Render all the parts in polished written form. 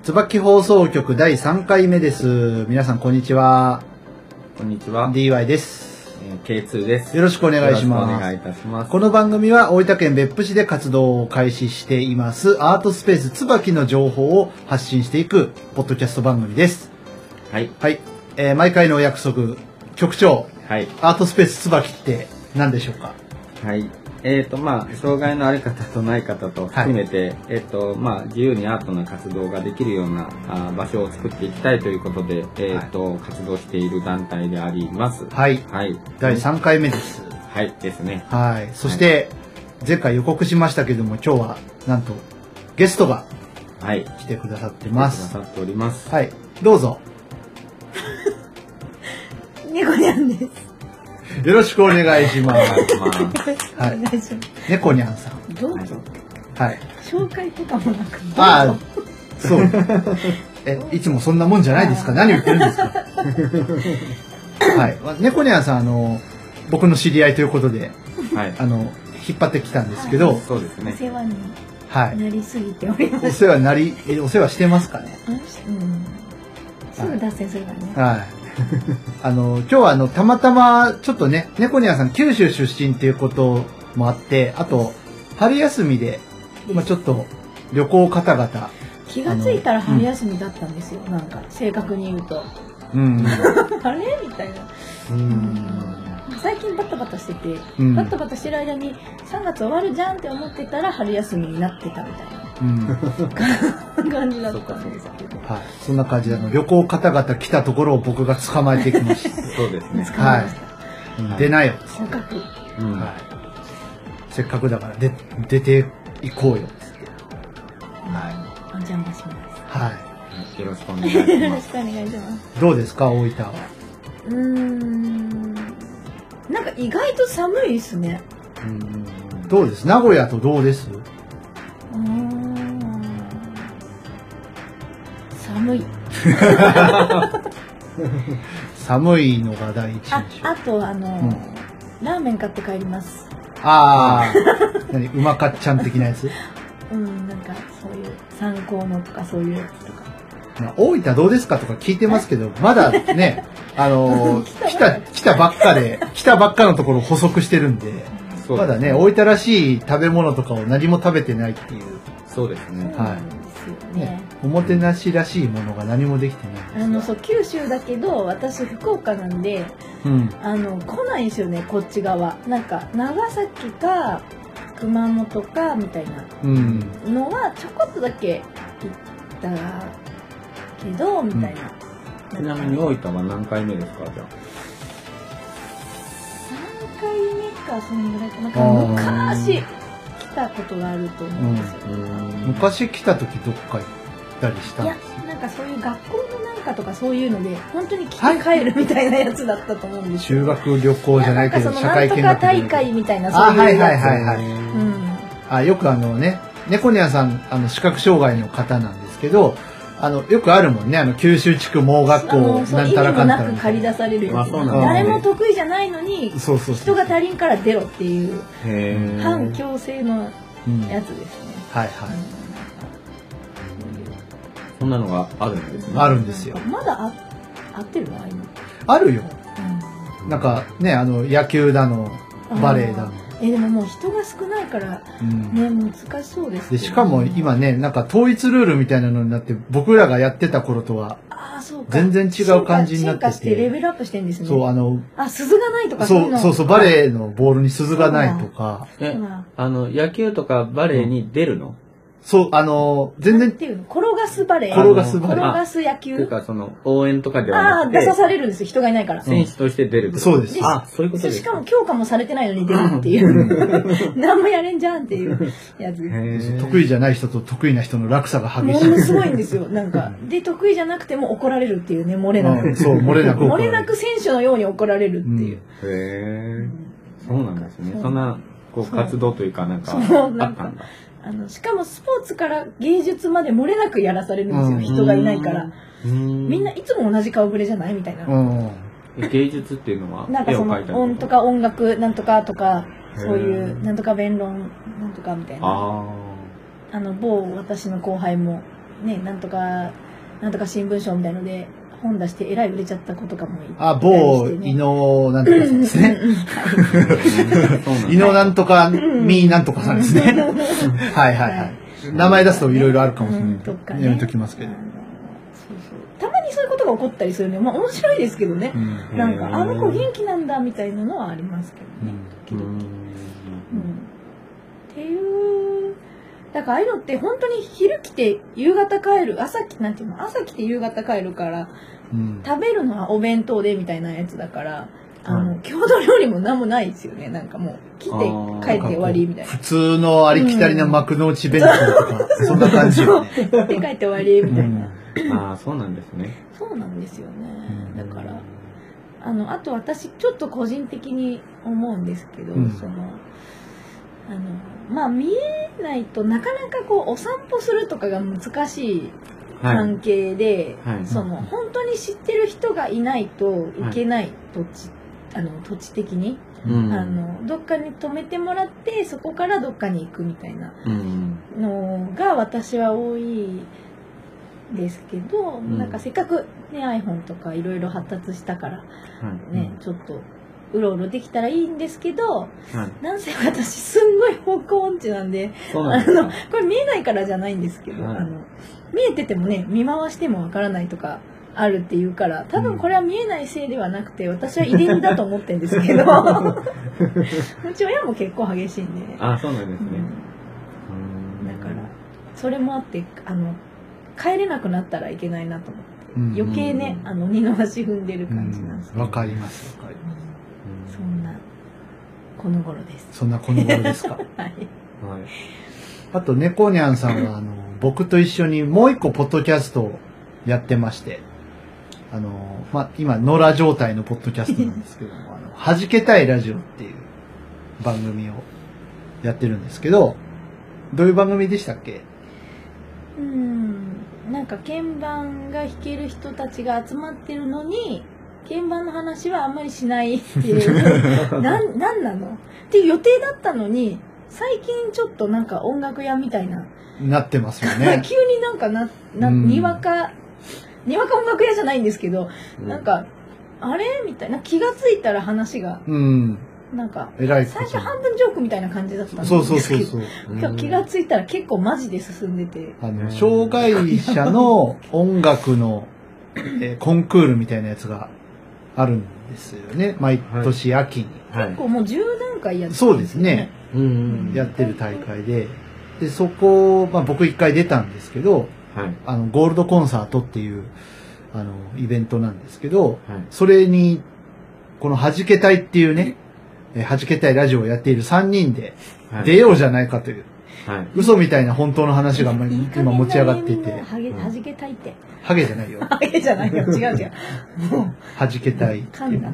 椿放送局第3回目です。皆さんこんにちは。 こんにちは。 DY です。 K2 です。 よろしくお願いします。 よろしくお願いいたします。 この番組は大分県別府市で活動を開始していますアートスペース椿の情報を発信していくポッドキャスト番組です。 はい。 はい。毎回のお約束、局長。 はい。 アートスペース椿って何でしょうか？ はい。障害のある方とない方と含めて、自由にアートな活動ができるような場所を作っていきたいということで、活動している団体であります。 はい。 はい。 第3回目です。 はいですね。 はい。そして、前回予告しましたけども、今日はなんとゲストが来てくださってます。 来てくださっております。 はい。どうぞ。 猫にゃんです。 よろしくお願いします。 はい。 猫にゃんさん。 どうぞ。 はい。 紹介とかもなく。 ああ、そう。いつもそんなもんじゃないですか。何を言ってるんですか。はい。猫にゃんさん、僕の知り合いということで、 はい。 引っ張ってきたんですけど。 そうですね。 お世話にはい。 なりすぎております。 お世話してますかね。 うん。すぐ脱線するからね。 はい。今日はたまたまちょっとね、猫ニャンさん九州出身っていうこともあって、あと春休みで、ちょっと旅行方々 気がついたら春休みだったんですよ。なんか正確に言うと、あれみたいな。最近バタバタしてて、バタバタしてる間に3月終わるじゃんって思ってたら春休みになってたみたいな、感じだったんですけど。 はい、そんな感じで旅行方々来たところを僕が捕まえてきました。 そうですね。 はい。出なよ。 せっかく。 せっかくだから出ていこうよ。はい。 お邪魔します。 はい。よろしくお願いします。 よろしくお願いします。 どうですか大分は？ なんか意外と寒いですね。 どうです？名古屋とどうです？ 寒い。 寒いのが第一印象。 あとラーメン買って帰ります。 ああ、何うまかっちゃん的なやつ？ なんかそういう参考のとかそういうやつとか。 大分どうですかとか聞いてますけど、まだね、来たばっかのところ補足してるんで、まだね、大分らしい食べ物とかを何も食べてないっていう。 そうですね。 はい。ね、おもてなしらしいものが何もできてない。 そう九州だけど私福岡なんで、来ないんですよねこっち側。なんか長崎か熊本かみたいなのはちょこっとだけ行ったけどみたいな。 ちなみに大分は何回目ですか？じゃあ 3回目かそのぐらいかな。昔来たことがあると思うんですよ。 昔来た時どっか行ったりしたんですか？ いやなんかそういう学校のなんかとかそういうので本当に来て帰るみたいなやつだったと思うんですよ。 修学旅行じゃないけど社会見学なんとか大会みたいなそういうやつ。 よく猫ニャンさん視覚障害の方なんですけど、よくあるもんね、九州地区盲学校なんたらかんたら意味もなく借り出されるやつ。誰も得意じゃないのに人が足りんから出ろっていう反強制のやつですね。 はいはい。 そんなのがあるんですね。 あるんですよ。 まだ合ってるの？ あるよ。なんかね、野球だのバレエだの。 でももう人が少ないからね、難しそうですでしかも今ね、なんか統一ルールみたいなのになって僕らがやってた頃とは全然違う感じになってて、 進化してレベルアップしてるんですね。 そう鈴がないとかそうバレエのボールに鈴がないとか。 野球とかバレエに出るの？ そう全然っていうの転がすバレエ、 転がす野球とか応援とかではなくて出さされるんですよ人がいないから。 選手として出る。 そうです。 そういうことです。 しかも強化もされてないのに出るっていう何もやれんじゃんっていうやつです。 得意じゃない人と得意な人の落差が激しい。 ものすごいんですよ。なんかで得意じゃなくても怒られるっていうね、漏れなく。 そう漏れなく選手のように怒られるっていう。 そうなんですね。そんな活動というかなんかあったんだ。 しかもスポーツから芸術まで漏れなくやらされるんですよ、人がいないから。みんないつも同じ顔ぶれじゃないみたいな。 芸術っていうのはなんかその音とか音楽なんとかとかそういうなんとか弁論なんとかみたいな。某私の後輩もね、なんとか新聞賞みたいので本出してえらい売れちゃった子とかもいて、ね、 某伊能なんとかさんですね。伊能なんとかみーなんとかさんですね。はいはいはい。名前出すといろいろあるかもしれない。やめときますけど。 たまにそういうことが起こったりするね。まあ面白いですけどね。なんかあの子元気なんだみたいなのはありますけどね。時々。っていう。だからああいうのって本当に昼来て夕方帰る、朝来て夕方帰るから、食べるのはお弁当でみたいなやつだから、郷土料理も何もないですよね。なんかもう来て帰って終わりみたいな。 普通のありきたりな幕の内弁当とか、そんな感じよね。 来て帰って終わりみたいな。 ああ、そうなんですね。 そうなんですよね。だから、あと私ちょっと個人的に思うんですけど、まあ見えないとなかなかこうお散歩するとかが難しい関係で、本当に知ってる人がいないといけない、土地的に、どっかに泊めてもらってそこからどっかに行くみたいなのが私は多いですけど、なんかせっかくね iPhone とかいろいろ発達したからね、ちょっとうろうろできたらいいんですけど、なんせ私すんごい方向音痴なんで、これ見えないからじゃないんですけど、見えててもね見回してもわからないとかあるっていうから、多分これは見えないせいではなくて私は遺伝だと思ってるんですけど、うち親も結構激しいんで。 あ、そうなんですね。 だからそれもあって帰れなくなったらいけないなと思って、余計ね二の足踏んでる感じなんですけど。 わかりますわかります。 そんなこの頃です。 そんなこの頃ですか。 はい。 あと猫にゃんさんは僕と一緒にもう一個ポッドキャストをやってまして、今野良状態のポッドキャストなんですけどもはじけたいラジオっていう番組をやってるんですけど、どういう番組でしたっけ？ なんか鍵盤が弾ける人たちが集まってるのに鍵盤の話はあんまりしないっていうなんなのっていう予定だったのに、最近ちょっとなんか音楽屋みたいななってますよね。 急になんかにわか音楽屋じゃないんですけど、なんかあれみたいな、気がついたら話がなんか最初半分ジョークみたいな感じだったんですけど、今日気がついたら結構マジで進んでて、 障害者の音楽のコンクールみたいなやつがあるんですよね、毎年秋に。 結構もう10何回やってるんですよね。 そうですね。やってる大会で、そこ、僕一回出たんですけど、ゴールドコンサートっていうイベントなんですけど、それにこのはじけたいっていうね、はじけたいラジオをやっている3人で出ようじゃないかという、嘘みたいな本当の話が今持ち上がっていて。 はじけたいって。 ハゲじゃないよ。 ハゲじゃないよ。違う。 はじけたいっていう。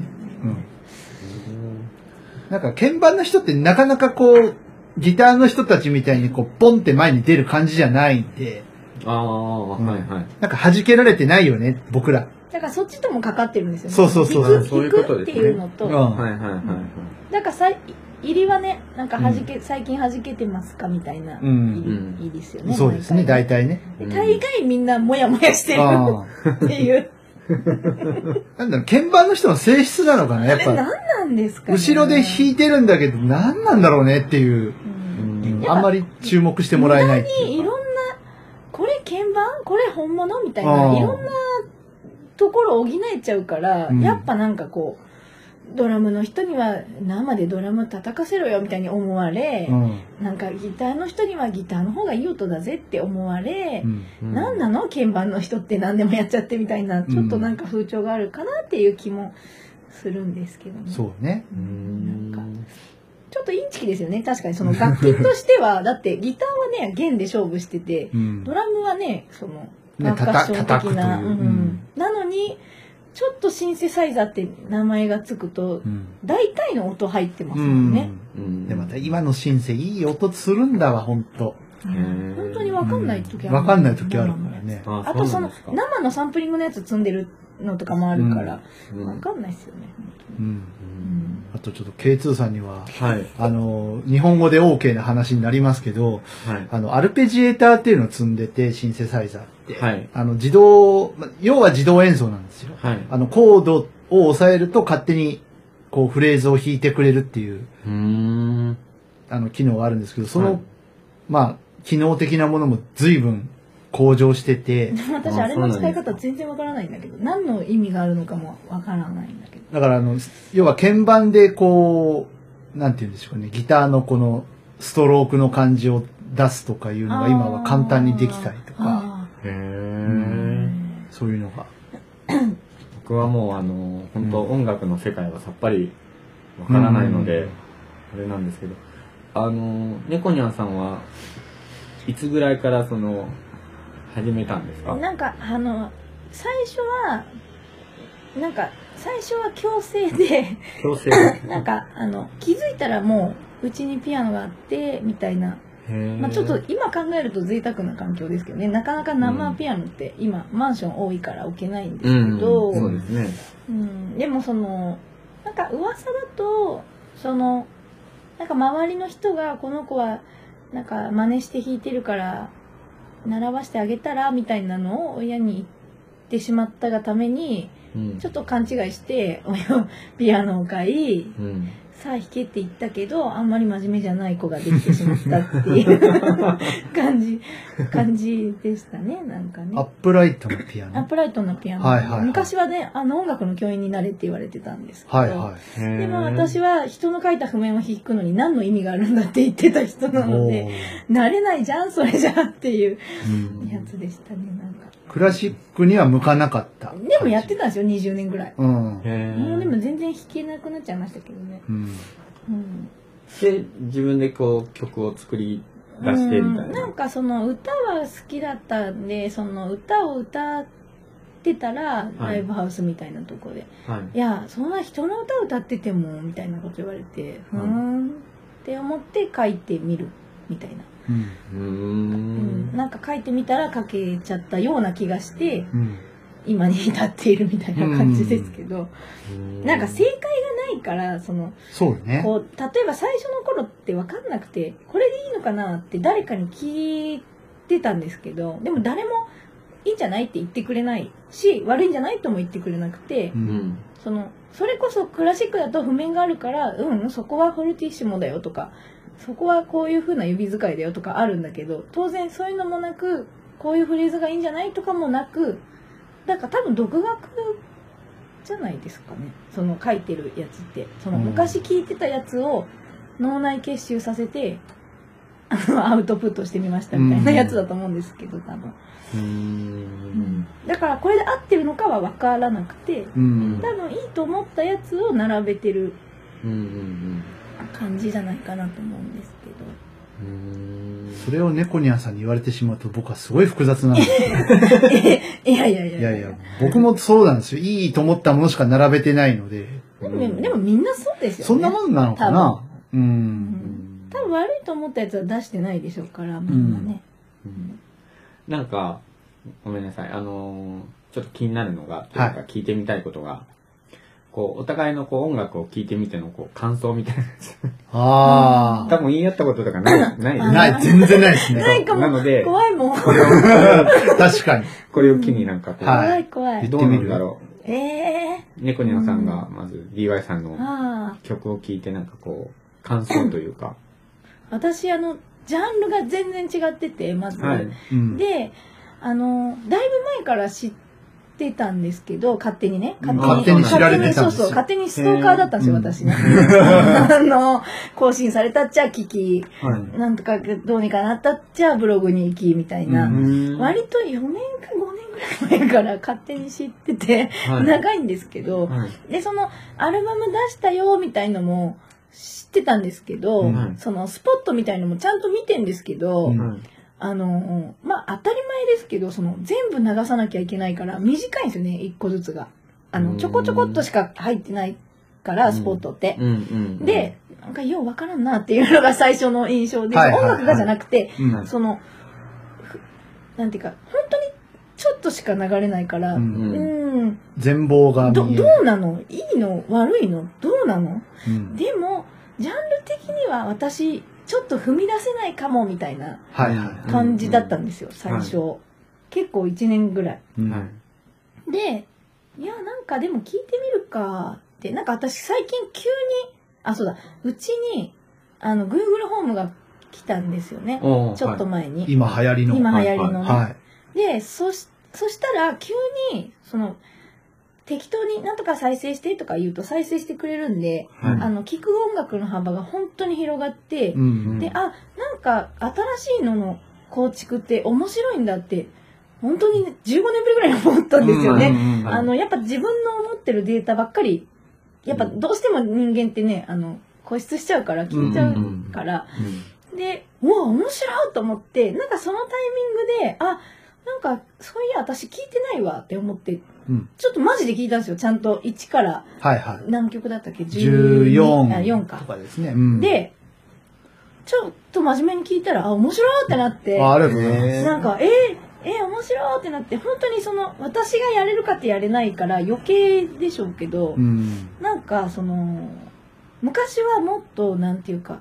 なんか鍵盤の人ってなかなかこうギターの人たちみたいにこうポンって前に出る感じじゃないんで。なんか弾けられてないよね、僕ら。 だからそっちともかかってるんですよね。 そう。 弾くっていうのと。だから入りはね、なんか最近弾けてますかみたいな、いいですよね。 そうですね、大体ね。 大概みんなモヤモヤしてるっていう。 なんだろう、鍵盤の人の性質なのかな、やっぱ。 何なんですかね。 後ろで弾いてるんだけど、何なんだろうねっていう。あんまり注目してもらえないっていうか。 いろんな、これ鍵盤これ本物みたいな、いろんなところを補えちゃうから、やっぱなんかこう、ドラムの人には生でドラム叩かせろよみたいに思われ、なんかギターの人にはギターの方がいい音だぜって思われ、何なの鍵盤の人って何でもやっちゃってみたいな、ちょっとなんか風潮があるかなっていう気もするんですけどね。 そうね。 なんかちょっとインチキですよね。確かにその楽器としてはだってギターはね弦で勝負してて、ドラムはねそのパーカッション的な、なのにちょっとシンセサイザーって名前がつくと、大体の音入ってますもんね。 でまた今のシンセいい音するんだわ、本当。 本当に分かんない時ある。 分かんない時あるからね。 あとその生のサンプリングのやつ積んでるのとかもあるから、分かんないですよね。あとちょっと K2 さんには、日本語で OK な話になりますけど、アルペジエーターっていうのを積んでて、シンセサイザーっ 、要は自動演奏なんですよ。コードを押さえると勝手にこうフレーズを弾いてくれるっていう機能があるんですけど、その、機能的なものも随分向上してて。 私あれの使い方全然わからないんだけど、何の意味があるのかもわからないんだけど。 だから要は鍵盤でこう、なんて言うんでしょうね、ギターのこのストロークの感じを出すとかいうのが今は簡単にできたりとか。そういうのが。 僕はもう本当音楽の世界はさっぱりわからないので、あれなんですけど、猫ニャンさんはいつぐらいから始めたんですか？ なんか最初は強制でなんか気づいたらもううちにピアノがあってみたいな。ちょっと今考えると贅沢な環境ですけどね、なかなか生ピアノって今マンション多いから置けないんですけど、 そうですね。 でもなんか噂だとなんか周りの人がこの子はなんか真似して弾いてるから習わしてあげたらみたいなのを親に言ってしまったがために、ちょっと勘違いしてピアノを買い、さあ弾けって言ったけどあんまり真面目じゃない子ができてしまったっていう感じでしたね。なんかね、 アップライトのピアノ、 昔はね音楽の教員になれって言われてたんですけど、でも私は人の書いた譜面を弾くのに何の意味があるんだって言ってた人なので、なれないじゃんそれじゃっていうやつでしたね。なんかクラシックには向かなかった。 でもやってたんですよ、20年ぐらい。もうでも全然弾けなくなっちゃいましたけどね。 で自分でこう曲を作り出してみたいな。 なんか歌は好きだったんで、歌を歌ってたら、ライブハウスみたいなとこで、いやそんな人の歌を歌っててもみたいなこと言われて、って思って書いてみるみたいな。なんか書いてみたら書けちゃったような気がして、今に至っているみたいな感じですけど、なんか正解がないからそうね、 こう例えば最初の頃って分かんなくてこれでいいのかなって誰かに聞いてたんですけど、でも誰もいいんじゃないって言ってくれないし悪いんじゃないとも言ってくれなくて、それこそクラシックだと譜面があるからそこはフォルティッシモだよとか、そこはこういう風な指使いだよとかあるんだけど、当然そういうのもなくこういうフレーズがいいんじゃないとかもなく、だから多分独学じゃないですかね、書いてるやつって。昔聞いてたやつを脳内結集させてアウトプットしてみましたみたいなやつだと思うんですけど、多分。だからこれで合ってるのかは分からなくて、多分いいと思ったやつを並べてる感じじゃないかなと思うんですけど。 それを猫ニャンさんに言われてしまうと僕はすごい複雑なんですいや僕もそうなんですよ。いいと思ったものしか並べてないので。 でもみんなそうですよね。 そんなもんなのかな。 多分悪いと思ったやつは出してないでしょうからみんなね。 なんかごめんなさい、ちょっと気になるのがというか聞いてみたいことが、お互いの音楽を聴いてみての感想みたいなやつ。多分言い合ったこととかない全然ないですね。 ないかも。なので怖いもん。 確かに。 これを機になんか怖い。 どうなんだろう。猫ニャンさんがまず DY さんの曲を聴いてなんか感想というか。 私ジャンルが全然違っててまず、でだいぶ前から知ってたんですけど、勝手にね、 勝手に知られてたんですよ。 勝手にストーカーだったんですよ、私ね。更新されたっちゃ聞き、なんとかどうにかなったっちゃブログに行きみたいな、割と4年か5年ぐらい前から勝手に知ってて、長いんですけど、でアルバム出したよみたいのも知ってたんですけど、スポットみたいのもちゃんと見てんですけど、当たり前ですけど全部流さなきゃいけないから短いんですよね、1個ずつが。ちょこちょこっとしか入ってないからスポットって。でなんかようわからんなっていうのが最初の印象で、音楽がじゃなくてなんていうか本当にちょっとしか流れないから、 全貌がどうなの、いいの悪いのどうなの、でもジャンル的には私ちょっと踏み出せないかもみたいな感じだったんですよ、最初。 結構1年ぐらい。 うんで、いや、なんかでも聞いてみるかって、なんか私最近急に、あ、そうだ、うちに、Google ホームが来たんですよね。ちょっと前に。 今流行りの。 今流行りのね。 はい。 で、そしたら急に、適当になんとか再生してとか言うと再生してくれるんで、聴く音楽の幅が本当に広がって、で、なんか新しいのの構築って面白いんだって、本当に15年ぶりぐらいに思ったんですよね。やっぱ自分の持ってるデータばっかり、やっぱどうしても人間ってね、固執しちゃうから、聞いちゃうから、で、うわ、面白いと思って、なんかそのタイミングで、なんか、そういや、私聞いてないわって思って、ちょっとマジで聞いたんですよ。ちゃんと1から、何曲だったっけ ?14 か。 とかですね。 で、ちょっと真面目に聞いたら、面白いってなって、 ありがとうございます。 なんか、面白いってなって、本当に私がやれるかってやれないから余計でしょうけど、なんか、昔はもっと、なんていうか、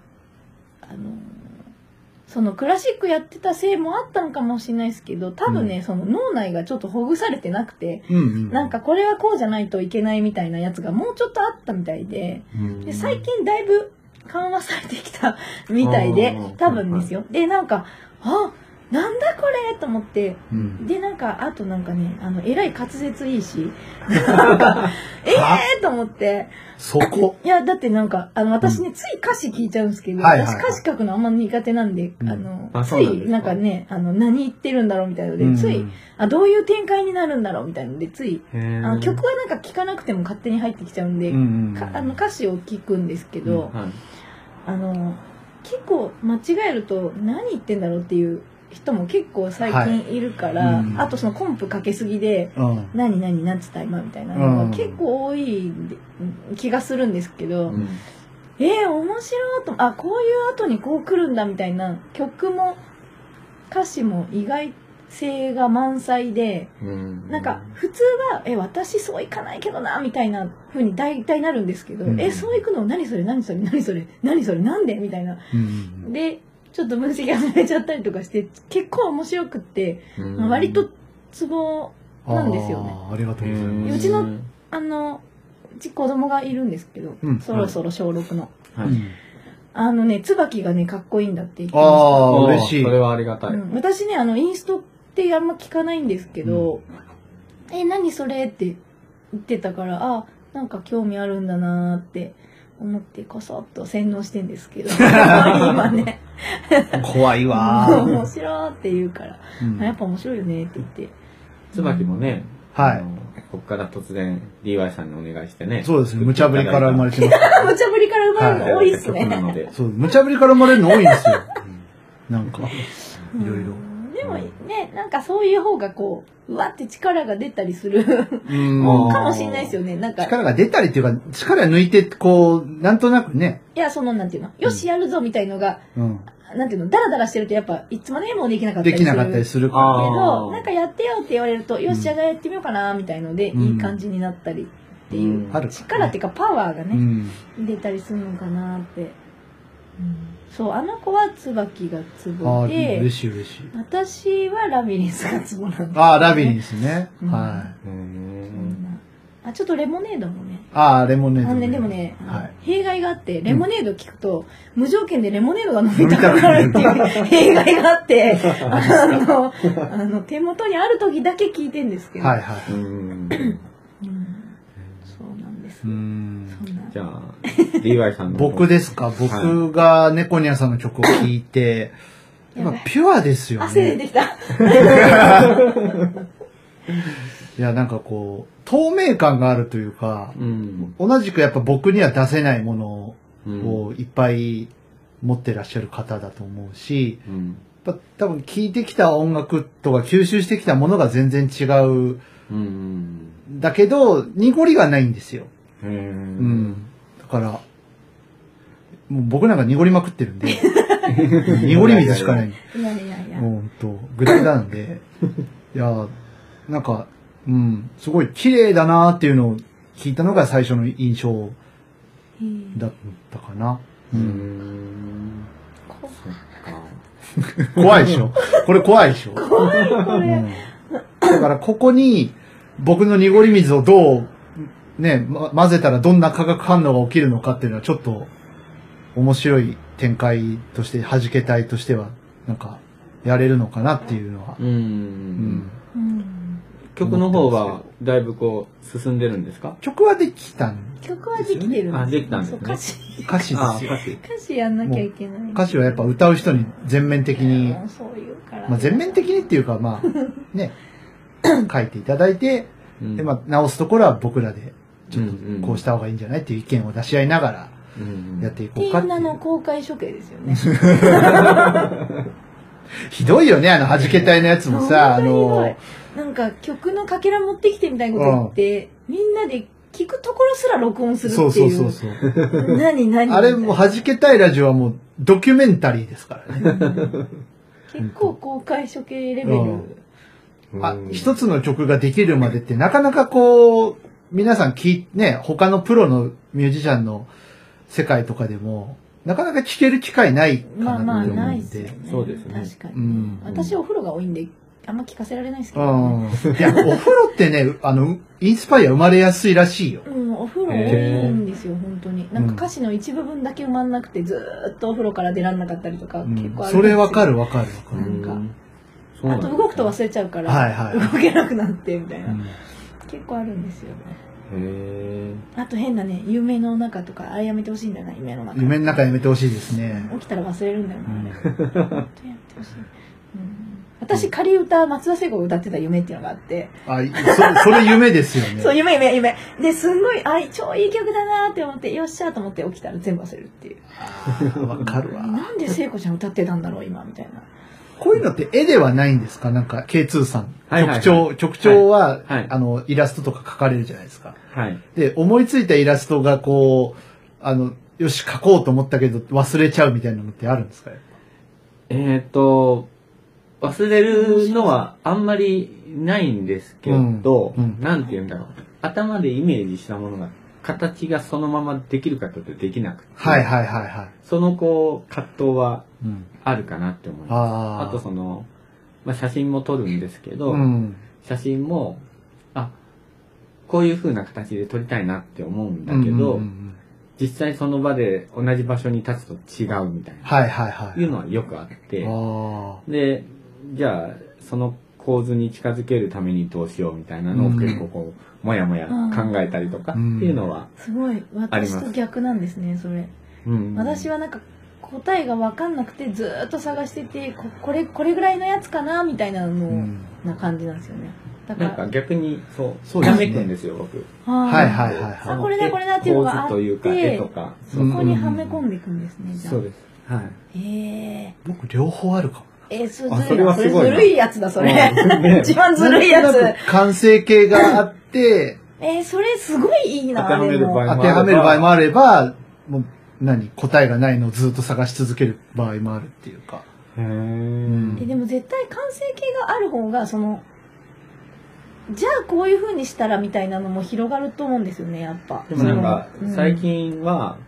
クラシックやってたせいもあったのかもしれないですけど、多分ね、脳内がちょっとほぐされてなくて、なんかこれはこうじゃないといけないみたいなやつがもうちょっとあったみたいで、で最近だいぶ緩和されてきたみたいで、多分ですよ。で、なんか、なんだこれと思って、で、なんか、あとなんかね、えらい滑舌いいし、なんか、と思って。 そこいや、だってなんか、私ね、つい歌詞聞いちゃうんですけど、私歌詞書くのあんま苦手なんで、つい、なんかね、何言ってるんだろうみたいなので、つい、どういう展開になるんだろうみたいなので、つい、曲はなんか聞かなくても勝手に入ってきちゃうんで、歌詞を聞くんですけど、結構間違えると何言ってんだろうっていう人も結構最近いるから、あとコンプかけすぎで、何なんつった今みたいなのが結構多い気がするんですけど、面白いと、こういう後にこう来るんだみたいな、曲も歌詞も意外性が満載で、なんか普通は私そういかないけどなみたいな風に大体なるんですけど、そういくの何それなんでみたいな、でちょっと分析始めちゃったりとかして結構面白くって、割とツボなんですよね。 ありがとうございます。 うちのうち子供がいるんですけど、そろそろ小6の。椿がねかっこいいんだって言ってました。 嬉しい。 それはありがたい。 私ねインストってあんま聞かないんですけど、何それって言ってたから、なんか興味あるんだなーって思ってこそっと洗脳してんですけど今ね怖いわー面白いって言うから、やっぱ面白いよねって言って、 椿もね、ここから突然 DY さんにお願いしてね。 そうですね。無茶ぶりから生まれてます。 無茶ぶりから生まれるの多いっすね。 そう、無茶ぶりから生まれるの多いんですよ。なんか、いろいろ。 でもね、なんかそういう方がこう、うわって力が出たりするかもしれないですよね。なんか力が出たりっていうか、力抜いて、こう、なんとなくね。 いや、なんていうの、よしやるぞみたいのが、なんていうの、ダラダラしてるとやっぱ、いつまでもできなかったりする。 できなかったりするけど、なんかやってよって言われると、よし、じゃあやってみようかな、みたいので、いい感じになったりっていう、力っていうかパワーがね、出たりするのかなって。そう、あの子は椿がツボで、 嬉しい嬉しい。 私はラビリンスがツボなんです。 ラビリンスね。はい。 ちょっとレモネードもね。 レモネード。 でもね、弊害があって、レモネード聞くと、無条件でレモネードが飲みたくなるっていう弊害があって、手元にある時だけ聞いてんですけど。そうなんです。 じゃあ、DY さんの。 僕ですか。僕が猫ニャさんの曲を聴いて、やっぱピュアですよね。 汗出てきた。 いや、なんかこう、透明感があるというか、同じくやっぱ僕には出せないものをいっぱい持ってらっしゃる方だと思うし、多分聴いてきた音楽とか吸収してきたものが全然違う。だけど、濁りがないんですよ。だから、もう僕なんか濁りまくってるんで、濁り水しかない。もうほんと、グダグダなんで、いや、なんか、すごい綺麗だなーっていうのを聞いたのが最初の印象だったかな。怖いでしょこれ怖いでしょ怖いこれ。 だからここに僕の濁り水をどうね、混ぜたらどんな化学反応が起きるのかっていうのはちょっと面白い展開として、弾け隊としてはなんかやれるのかなっていうのは。 曲の方はだいぶこう進んでるんですか？ 曲はできたんですよね。曲はできてるんです。 あ、できたんですね。 歌詞ですよ。 歌詞やんなきゃいけない。 歌詞はやっぱ歌う人に全面的に、全面的にっていうかまあね、書いていただいて、でまあ直すところは僕らでちょっとこうした方がいいんじゃないっていう意見を出し合いながらやっていこうかっていう。 っていう名の公開処刑ですよね。 ひどいよね、弾け隊のやつもさ、 なんか曲のかけら持ってきてみたいなこと言って、みんなで聞くところすら録音するっていう。そう。何あれも弾け隊ラジオはもうドキュメンタリーですからね。 結構公開処刑レベル。 一つの曲ができるまでってなかなかこう、皆さん他のプロのミュージシャンの世界とかでも、なかなか聴ける機会ないかなって思うんで。 そうですね。 確かに。私お風呂が多いんで、あんま聞かせられないですけどね。 いや、お風呂ってね、インスパイア生まれやすいらしいよ。 お風呂多いんですよ、本当に。なんか歌詞の一部分だけ埋まんなくて、ずーっとお風呂から出らんなかったりとか、結構ある。 それわかる。なんか、 あと動くと忘れちゃうから、動けなくなってみたいな。結構あるんですよね。あと変なね、夢の中とか、あれやめてほしいんだよな、夢の中。 夢の中やめてほしいですね。 起きたら忘れるんだよな、あれ。本当やってほしい。私、仮歌、松田聖子が歌ってた夢っていうのがあって。 それ夢ですよね。 そう、夢。で、すんごい、超いい曲だなって思って、よっしゃと思って起きたら全部忘れるっていう。 わかるわ。 なんで聖子ちゃん歌ってたんだろう、今、みたいな。 こういうのって絵ではないんですか？なんか K2 さん。曲調は、イラストとか描かれるじゃないですか。で、思いついたイラストがこう、よし、描こうと思ったけど忘れちゃうみたいなのってあるんですか？ 忘れるのはあんまりないんですけど、なんて言うんだろう。頭でイメージしたものが、形がそのままできるかというとできなくて。その葛藤はあるかなって思います。あと写真も撮るんですけど、写真も、こういう風な形で撮りたいなって思うんだけど、実際その場で同じ場所に立つと違うみたいな、いうのはよくあって、で、じゃあその構図に近づけるためにどうしようみたいなのを結構もやもや考えたりとかっていうのはすごい私と逆なんですね、それ。私はなんか答えが分かんなくてずっと探してて、これぐらいのやつかなみたいなのな感じなんですよね。 なんか逆にそうやめてんですよ、僕。 これだっていうのがあって、そこにはめ込んでいくんですね、じゃあ。 そうです。はい。 僕両方あるかも。 それはすごい。ずるいやつだ、それ。一番ずるいやつ。 完成形があって、 それすごいいいな、 当てはめる場合もあれば、もう答えがないのをずっと探し続ける場合もあるっていうか。 でも絶対完成形がある方が、じゃあこういう風にしたらみたいなのも広がると思うんですよね、やっぱ。 でもなんか、最近は、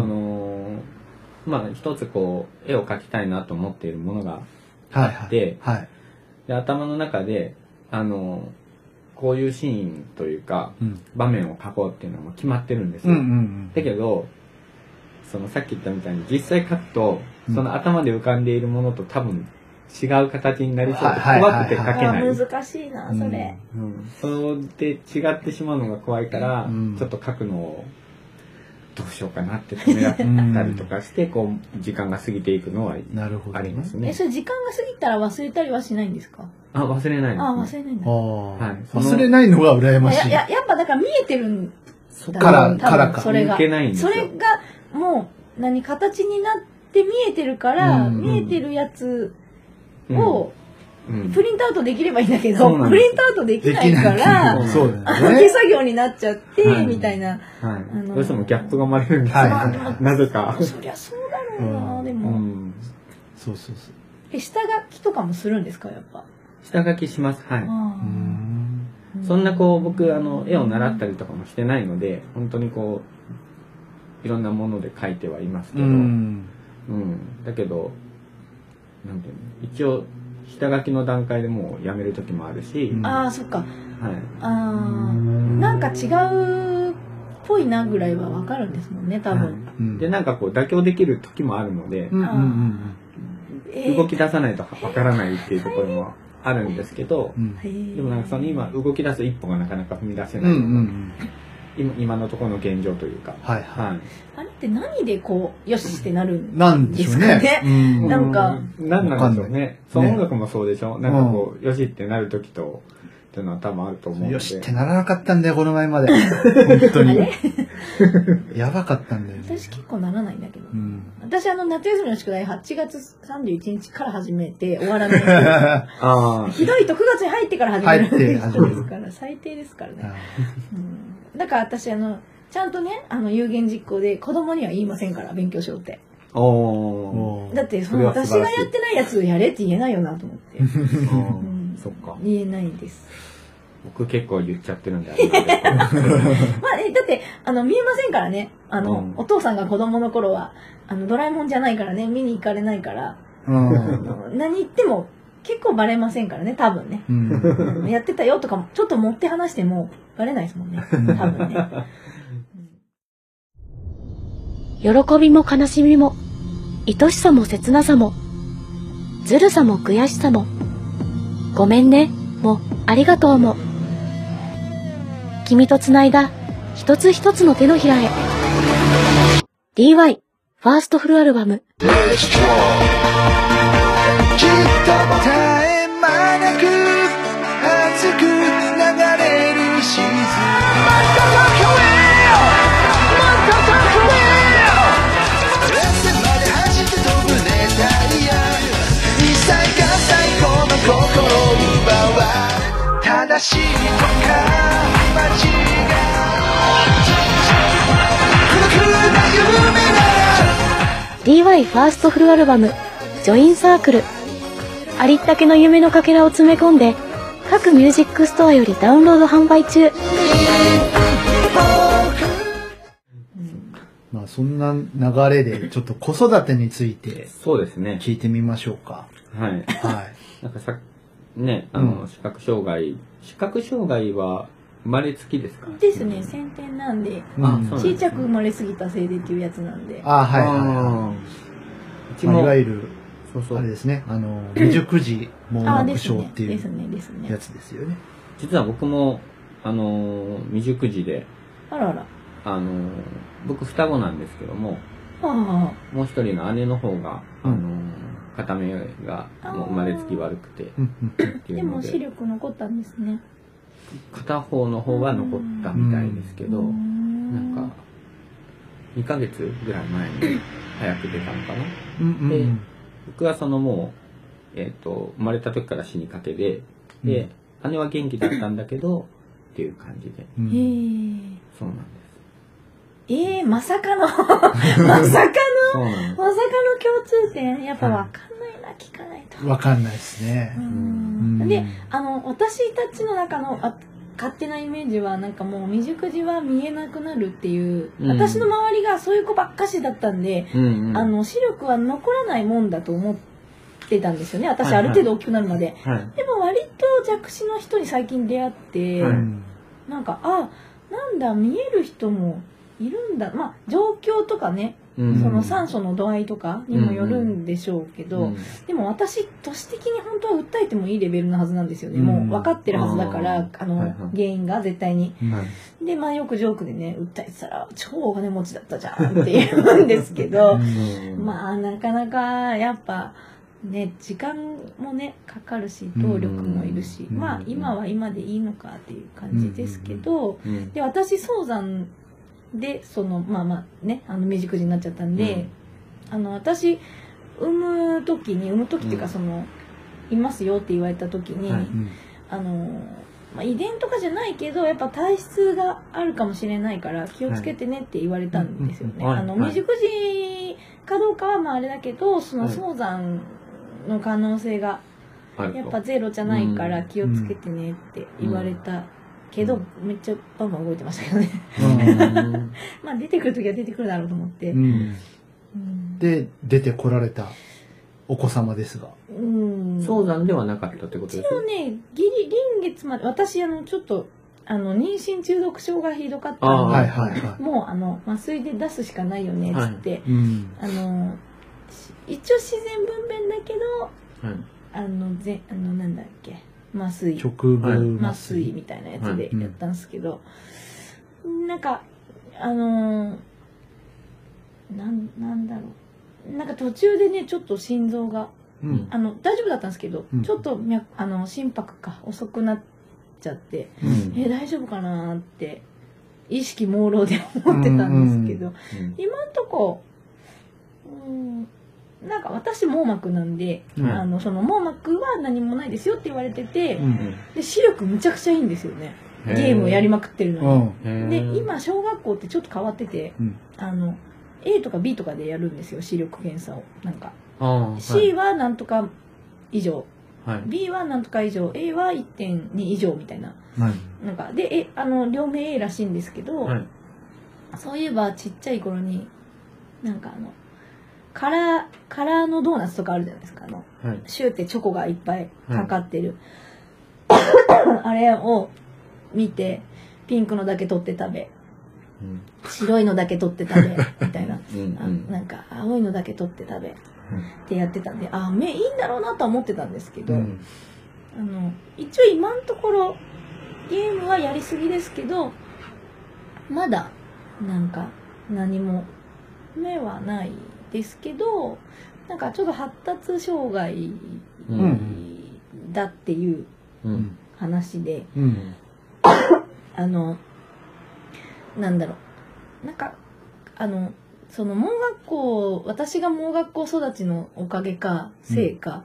一つ絵を描きたいなと思っているものがあって、で頭の中で、こういうシーンというか、場面を描こうっていうのはもう決まってるんですよ。だけど、さっき言ったみたいに実際描くと、その頭で浮かんでいるものと多分違う形になりそうで怖くて描けない。 難しいな、それ。 それで違ってしまうのが怖いから、ちょっと描くのをどうしようかなって止められたりとかして、時間が過ぎていくのはありますね。 それ時間が過ぎたら忘れたりはしないんですか？ 忘れないです。 忘れないんだ。 忘れないのが羨ましい。 やっぱだから見えてるんだからか。 それがもう形になって見えてるから、見えてるやつをプリントアウトできればいいんだけど、プリントアウトできないから手作業になっちゃってみたいな。 どうしてもギャップが生まれるんですよ。なぜか。 そりゃそうだろうな、でも。 そう。 下書きとかもするんですか、やっぱ。 下書きします。はい。そんな僕絵を習ったりとかもしてないので、本当にいろんなもので描いてはいますけど、だけどなんていうの、一応下書きの段階でもうやめる時もあるし、 ああそっか、 はい、 なんか違うっぽいなぐらいは分かるんですもんね多分、 でなんかこう妥協できる時もあるので、動き出さないとわからないっていうところもあるんですけど、でもなんかその今動き出す一歩がなかなか踏み出せない、今のところの現状というか、 あれって何でこうよしってなるんですかね。なんかなんなんでしょうね。その音楽もそうでしょ。なんかこうよしってなる時とっていうのは多分あると思うので。 よしってならなかったんだよこの前まで。本当に。やばかったんだよね。 私結構ならないんだけど。私夏休みの宿題8月31日から始めて終わらない。ひどいと9月に入ってから始めるですから最低ですからね。だから私ちゃんとね有言実行で子供には言いませんから勉強しろって。だって私がやってないやつやれって言えないよなと思って。 そっか。 言えないです。 僕結構言っちゃってるんで。 まあだって見えませんからね。お父さんが子供の頃はドラえもんじゃないからね見に行かれないから、何言っても結構バレませんからね多分ね。やってたよとかちょっと持って話してもバレないですもんね多分ね。 喜びも悲しみも愛しさも切なさもずるさも悔しさもごめんねもありがとうも君とつないだ一つ一つの手のひらへ DY ファーストフルアルバムきっと絶え間なく熱く流れるシーズンもっと遠くへもっと遠くへ朝まで走って飛ぶ熱帯夜2歳が最高の心を奪わ正しいとか間違い孤独な夢なら DY ファーストフルアルバムジョインサークルありったけの夢のかけらを詰め込んで各ミュージックストアよりダウンロード販売中。 まあそんな流れでちょっと子育てについてそうですね聞いてみましょうか。 はい。なんかね視覚障害は生まれつきですか？ ですね先天なんで小さく生まれすぎたせいでっていうやつなんで。 いわゆるあれですね未熟児網膜症っていうやつですよね。 実は僕も未熟児で僕双子なんですけどももう一人の姉の方が片目がもう生まれつき悪くてでも視力残ったんですね。 片方の方は残ったみたいですけどなんか2ヶ月ぐらい前に早く出たのかな。で僕はもう生まれた時から死にかけで姉は元気だったんだけどっていう感じでそうなんです。 まさかの共通点やっぱ分かんないな聞かないと分かんないですね。 で私たちの中の勝手なイメージはなんかもう未熟児は見えなくなるっていう、私の周りがそういう子ばっかしだったんで、視力は残らないもんだと思ってたんですよね私ある程度大きくなるまで、でも割と弱視の人に最近出会って、なんかなんだ見える人もいるんだまあ状況とかねその酸素の度合いとかにもよるんでしょうけど、でも私都市的に本当は訴えてもいいレベルのはずなんですよね、もう分かってるはずだから原因が絶対に、でよくジョークでね訴えてたら超お金持ちだったじゃんって言うんですけどなかなかやっぱね時間もねかかるし動力もいるし今は今でいいのかっていう感じですけど、で私早産でね未熟児になっちゃったんで、私産む時っていうかいますよって言われた時に、遺伝とかじゃないけどやっぱ体質があるかもしれないから気をつけてねって言われたんですよね。未熟児かどうかはあれだけど早産の可能性がやっぱゼロじゃないから気をつけてねって言われた。けどめっちゃバンバン動いてましたけどね出てくる時は出てくるだろうと思って、 で出てこられた。 お子様ですが。 早産ではなかったってことです一応ね、臨月まで、私ちょっと、妊娠中毒症がひどかったので、もう、麻酔で出すしかないよね、つって、一応自然分娩だけど、なんだっけ、麻酔。 直部麻酔みたいなやつでやったんですけど、なんか、なんだろう。なんか途中でね、ちょっと心臓が、大丈夫だったんですけど、ちょっと心拍が遅くなっちゃって、大丈夫かなって、意識朦朧で思ってたんですけど、今んとこ、なんか私網膜なんで、その網膜は何もないですよって言われてて、で視力むちゃくちゃいいんですよね。ゲームをやりまくってるのに。で、今小学校ってちょっと変わってて、A とか B とかでやるんですよ、視力検査を。なんか。C はなんとか以上。B はなんとか以上。A は 1.2 以上みたいな。なんか、で、両名 A らしいんですけど、そういえばちっちゃい頃に、なんかカラーのドーナツとかあるじゃないですか。シューってチョコがいっぱいかかってる。あれを見て、ピンクのだけ取って食べ。白いのだけ取って食べみたいな、なんか青いのだけ取って食べってやってたんで、目いいんだろうなとは思ってたんですけど、一応今のところゲームはやりすぎですけど、まだなんか何も目はないですけど、なんかちょっと発達障害だっていう話で、なんだろう。なんか、その盲学校、私が盲学校育ちのおかげか、せいか、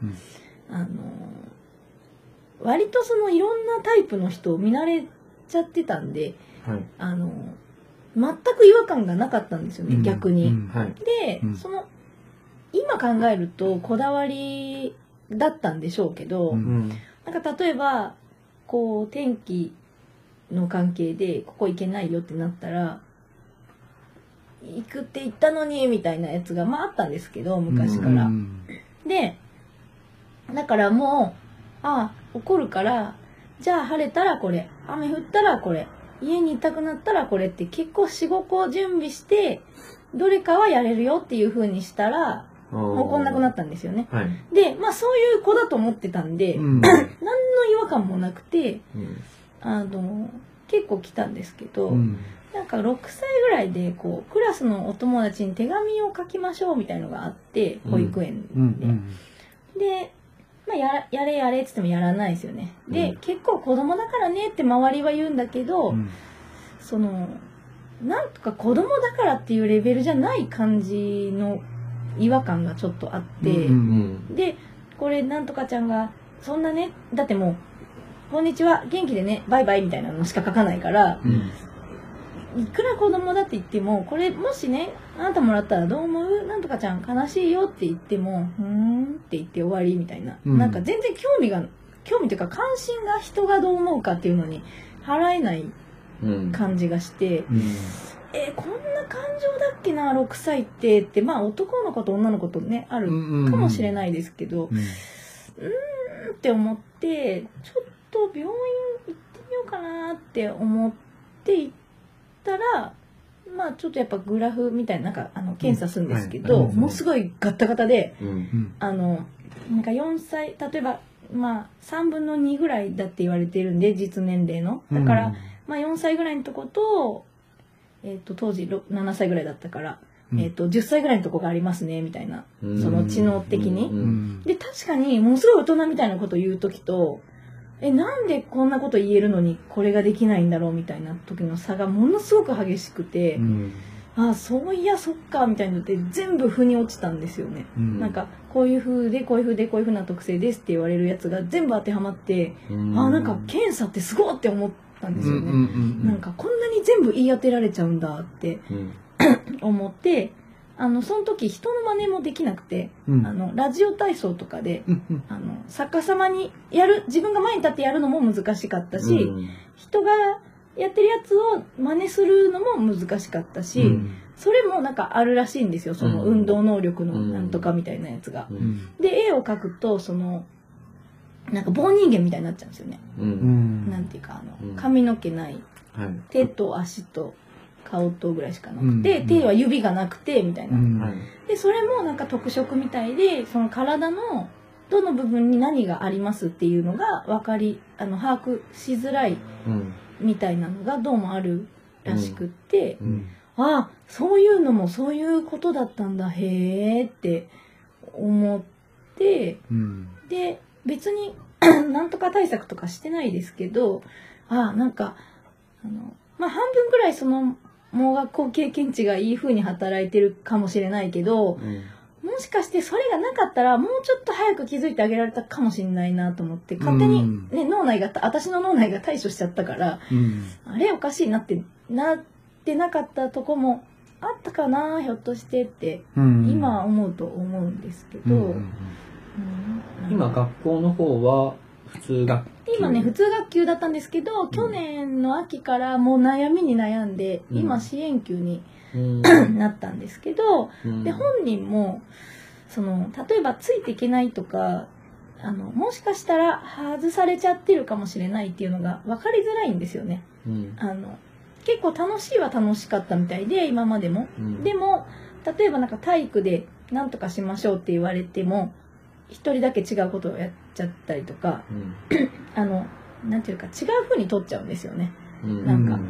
割とそのいろんなタイプの人を見慣れちゃってたんで、全く違和感がなかったんですよね、逆に。で、今考えるとこだわりだったんでしょうけど、なんか例えば、こう、天気、の関係でここ行けないよってなったら行くって言ったのにみたいなやつがあったんですけど、昔から。でだからもう怒るから、じゃあ晴れたらこれ、雨降ったらこれ、家にいたくなったらこれって結構 4,5 個準備してどれかはやれるよっていう風にしたら怒んなくなったんですよね。でそういう子だと思ってたんで、何の違和感もなくて、結構来たんですけど、なんか6歳ぐらいでこうクラスのお友達に手紙を書きましょうみたいのがあって、保育園で、やれやれっつってもやらないですよね。で、結構子供だからねって周りは言うんだけど、なんとか子供だからっていうレベルじゃない感じの違和感がちょっとあって、で、これなんとかちゃんがそんなね、だってもうこんにちは、元気でね、バイバイみたいなのしか書かないから、いくら子供だって言っても、これもしね、あなたもらったらどう思う？なんとかちゃん悲しいよって言っても、って言って終わりみたいな。なんか全然興味というか関心が人がどう思うかっていうのに払えない感じがして、こんな感情だっけな、6歳って、男の子と女の子とね、あるかもしれないですけど、って思って、ちょっと病院行ってみようかなって思って行ったら、ちょっとやっぱグラフみたいな、検査するんですけど、ものすごいガッタガタで、なんか4歳、例えば、3分の2ぐらいだって言われてるんで、実年齢の。だから、4歳ぐらいのとこと、当時7歳ぐらいだったから、10歳ぐらいのとこがありますね、みたいな。その知能的に。で、確かに、ものすごい大人みたいなことを言うときと、なんでこんなこと言えるのにこれができないんだろうみたいな時の差がものすごく激しくて、そういやそっかみたいなのって全部腑に落ちたんですよね。なんかこういう風でこういう風でこういう風な特性ですって言われるやつが全部当てはまって、なんか検査ってすごいって思ったんですよね。なんかこんなに全部言い当てられちゃうんだって思って、その時人の真似もできなくて、ラジオ体操とかで、逆さまに自分が前に立ってやるのも難しかったし、人がやってるやつを真似するのも難しかったし、 それもなんかあるらしいんですよ、その運動能力のなんとかみたいなやつが。で絵を描くとそのなんか棒人間みたいになっちゃうんですよね。なんていうか髪の毛ない、手と足と顔とぐらいしかなくて、手は指がなくてみたいな。でそれもなんか特色みたいで、その体のどの部分に何がありますっていうのが把握しづらいみたいなのがどうもあるらしくって、ああそういうのもそういうことだったんだ、へーって思って、で別になんとか対策とかしてないですけど、なんかまあ半分くらいその盲学校経験値がいい風に働いてるかもしれないけど、もしかしてそれがなかったらもうちょっと早く気づいてあげられたかもしれないなと思って、勝手にね、私の脳内が対処しちゃったから、あれおかしいなってなってなかったとこもあったかな、ひょっとしてって、今思うと思うんですけど、 今学校の方は普通学級？ 今ね普通学級だったんですけど、去年の秋からもう悩みに悩んで、今支援級になったんですけど、で本人もその例えばついていけないとか、もしかしたら外されちゃってるかもしれないっていうのが分かりづらいんですよね。結構楽しいは楽しかったみたいで今までも、でも例えばなんか体育で何とかしましょうって言われても一人だけ違うことをやっちゃったりとか、なんていうか違う風に取っちゃうんですよね。なんか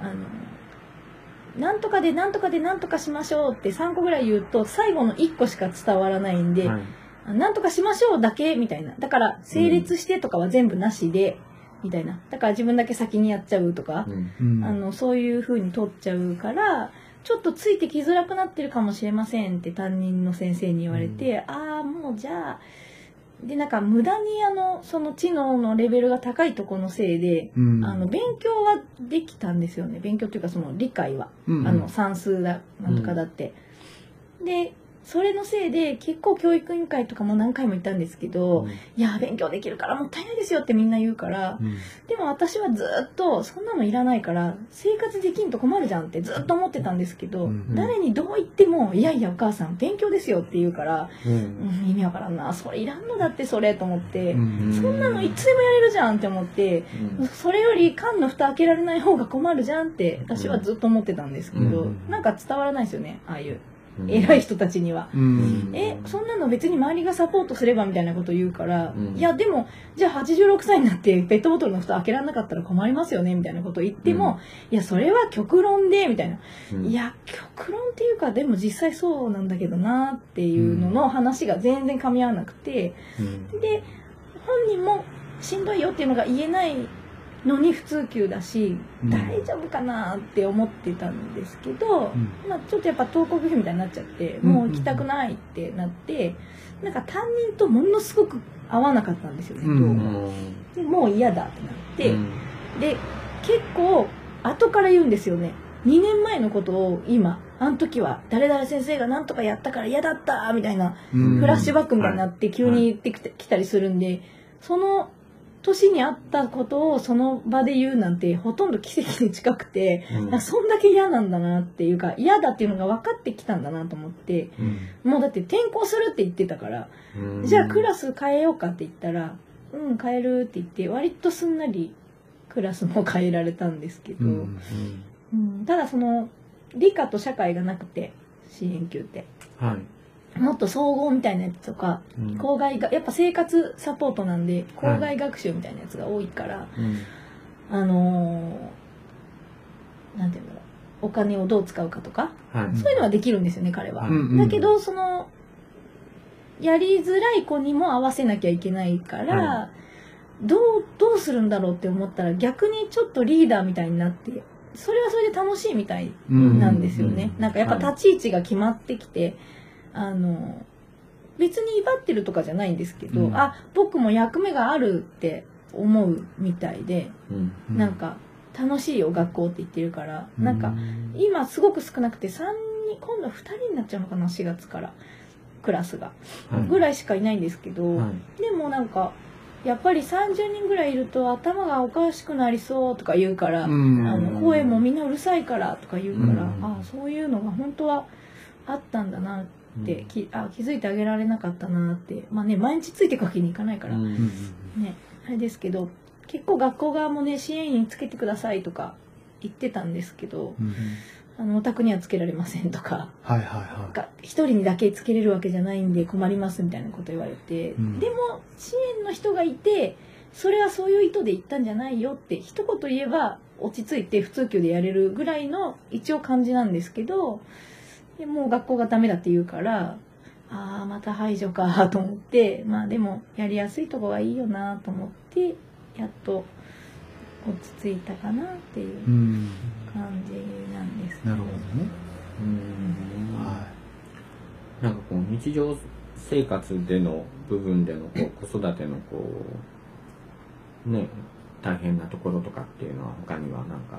なんとかでなんとかでなんとかしましょうって3個ぐらい言うと最後の1個しか伝わらないんで、なんとかしましょうだけみたいな。だから整列してとかは全部なしでみたいな。だから自分だけ先にやっちゃうとか、そういう風に取っちゃうからちょっとついてきづらくなってるかもしれませんって担任の先生に言われて、もうじゃあでなんか無駄にその知能のレベルが高いところのせいで、勉強はできたんですよね。勉強っていうかその理解は、算数だなんとかだって、でそれのせいで結構教育委員会とかも何回も言ったんですけど、いや勉強できるからもったいないですよってみんな言うから、でも私はずっとそんなのいらないから生活できんと困るじゃんってずっと思ってたんですけど、誰にどう言ってもいやいやお母さん勉強ですよって言うから、意味わからんな、それいらんのだってそれと思って、そんなのいつでもやれるじゃんって思って、それより缶の蓋開けられない方が困るじゃんって私はずっと思ってたんですけど、なんか伝わらないですよね、ああいう偉い人たちには。そんなの別に周りがサポートすればみたいなこと言うから、いやでもじゃあ86歳になってペットボトルの蓋開けられなかったら困りますよねみたいなことを言っても、いやそれは極論でみたいな、いや極論っていうかでも実際そうなんだけどなっていうのの話が全然噛み合わなくて、で本人もしんどいよっていうのが言えないのに普通級だし、大丈夫かなって思ってたんですけど、ちょっとやっぱ登校拒否みたいになっちゃって、もう行きたくないってなって、なんか担任とものすごく合わなかったんですよね。でもう嫌だってなって、で結構後から言うんですよね。2年前のことを今、あの時は誰々先生が何とかやったから嫌だったみたいなフラッシュバックみたいになって急に言ってきたりするんで、その年にあったことをその場で言うなんてほとんど奇跡に近くて、そんだけ嫌なんだなっていうか嫌だっていうのが分かってきたんだなと思って、もうだって転校するって言ってたから、じゃあクラス変えようかって言ったら変えるって言って割とすんなりクラスも変えられたんですけど、ただその理科と社会がなくて支援級って。もっと総合みたいなやつとか、校外がやっぱ生活サポートなんで校外学習みたいなやつが多いから、なんていうんだろう、お金をどう使うかとか、そういうのはできるんですよね彼は。だけどそのやりづらい子にも合わせなきゃいけないから、どうするんだろうって思ったら逆にちょっとリーダーみたいになって。それはそれで楽しいみたいなんですよね。なんかやっぱ立ち位置が決まってきて、別に威張ってるとかじゃないんですけど、僕も役目があるって思うみたいで、なんか楽しいよ学校って言ってるから、なんか今すごく少なくて3人、今度は2人になっちゃうのかな、4月からクラスが、ぐらいしかいないんですけど、でもなんかやっぱり30人ぐらいいると頭がおかしくなりそうとか言うから、声もみんなうるさいからとか言うから、そういうのが本当はあったんだなって気づいてあげられなかったなって、まあね、毎日ついていくわけにいかないから、ね、あれですけど、結構学校側もね、支援員つけてくださいとか言ってたんですけど、お宅にはつけられませんとか、一人にだけつけれるわけじゃないんで困りますみたいなこと言われて、でも支援の人がいて、それはそういう意図で言ったんじゃないよって一言言えば落ち着いて普通級でやれるぐらいの一応感じなんですけど、でもう学校がダメだって言うから、また排除かと思って、まあでもやりやすいとこがいいよなと思って、やっと落ち着いたかなっていう感じなんですけど。 なるほどね。 なんかこう日常生活での部分でのこう子育てのこうね大変なところとかっていうのは他にはなんか。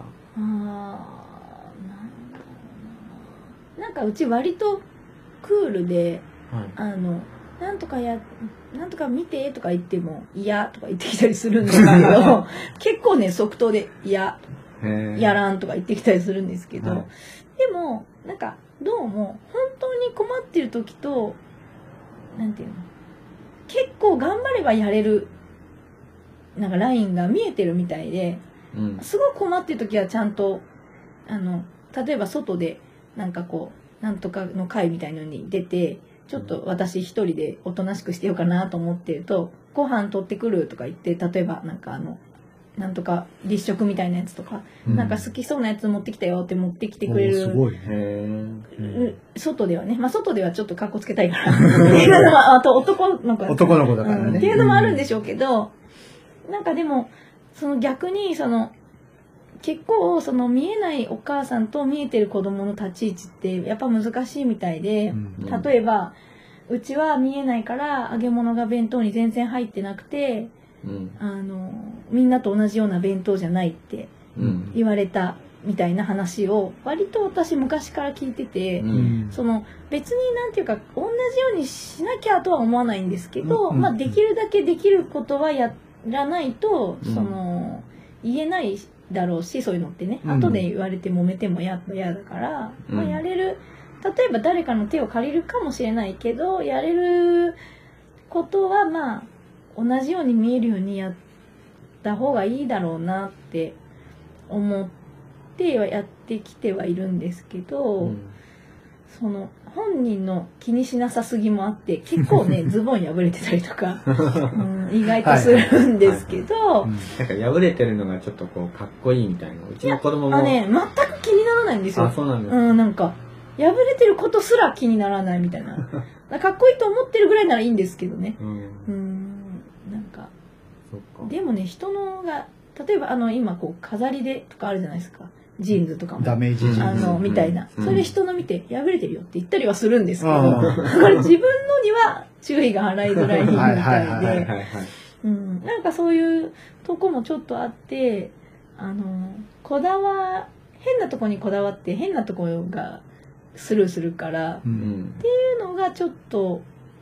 なんかうち割とクールで、なんとか見てとか言っても嫌とか言ってきたりするんですけど結構ね即答で嫌やらんとか言ってきたりするんですけど、でもなんかどうも本当に困ってる時となんていうの、結構頑張ればやれるなんかラインが見えてるみたいで、すごく困ってる時はちゃんと例えば外でなんかこうなんとかの会みたいのに出て、ちょっと私一人でおとなしくしてようかなと思ってると、ご飯取ってくるとか言って、例えばなんかなんとか立食みたいなやつとか、なんか好きそうなやつ持ってきたよって持ってきてくれる。 すごい。 外ではね、まあ外ではちょっと格好つけたいからっていうのは、あと男の子だからね、 っていうのもあるんでしょうけど、なんかでもその逆に結構見えないお母さんと見えてる子供の立ち位置ってやっぱ難しいみたいで、例えばうちは見えないから揚げ物が弁当に全然入ってなくて、みんなと同じような弁当じゃないって言われたみたいな話を割と私昔から聞いてて、別になんていうか同じようにしなきゃとは思わないんですけど、まあできるだけできることはやらないと言えないだろうし、そういうのってね、後で言われて揉めても嫌だから、まあやれる、例えば誰かの手を借りるかもしれないけど、やれることはまあ同じように見えるようにやった方がいいだろうなって思ってやってきてはいるんですけど、本人の気にしなさすぎもあって結構ねズボン破れてたりとか、意外とするんですけど、 なんか破れてるのがちょっとこうかっこいいみたいな、うちの子供も全く気にならないんですよ。 そうなんです。 なんか破れてることすら気にならないみたいなかっこいいと思ってるぐらいならいいんですけどね。なんかでもね、人のが例えば今こう飾りでとかあるじゃないですか、ジーンズとかもダメージジーンズみたいな、それ人の見て破れてるよって言ったりはするんですけど、これ自分のには注意が払いづらいみたいで、なんかそういうとこもちょっとあって、変なとこにこだわって変なとこがスルーするから、っていうのがちょっと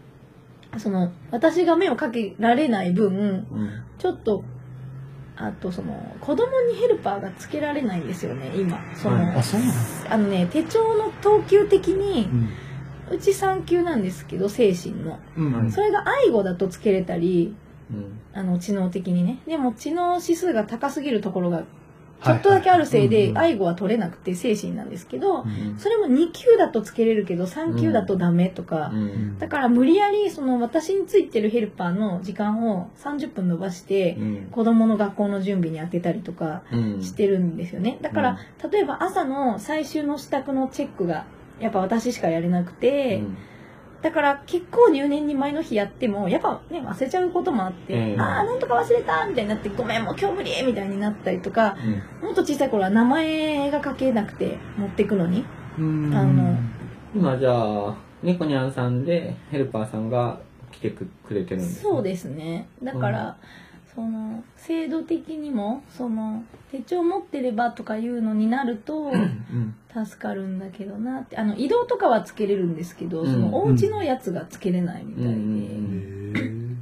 私が目をかけられない分、ちょっとあと子供にヘルパーがつけられないんですよね今。手帳の等級的に、うち3級なんですけど精神の、それが愛護だとつけれたり、知能的にね。でも知能指数が高すぎるところがちょっとだけあるせいで愛護は取れなくて精神なんですけど、それも2級だとつけれるけど3級だとダメとか、だから無理やり私についてるヘルパーの時間を30分延ばして子供の学校の準備に当てたりとかしてるんですよね。だから例えば朝の最終の支度のチェックがやっぱ私しかやれなくて、だから結構入念に前の日やってもやっぱね忘れちゃうこともあって、なんとか忘れたみたいになって、ごめんもう今日無理みたいになったりとか、もっと小さい頃は名前が書けなくて持ってくのに、 今じゃあ猫にゃんさんでヘルパーさんが来てくれてるんですか？ そうですね。だから、制度的にも手帳持ってればとかいうのになると助かるんだけどなって、移動とかはつけれるんですけど、お家のやつがつけれないみたいで、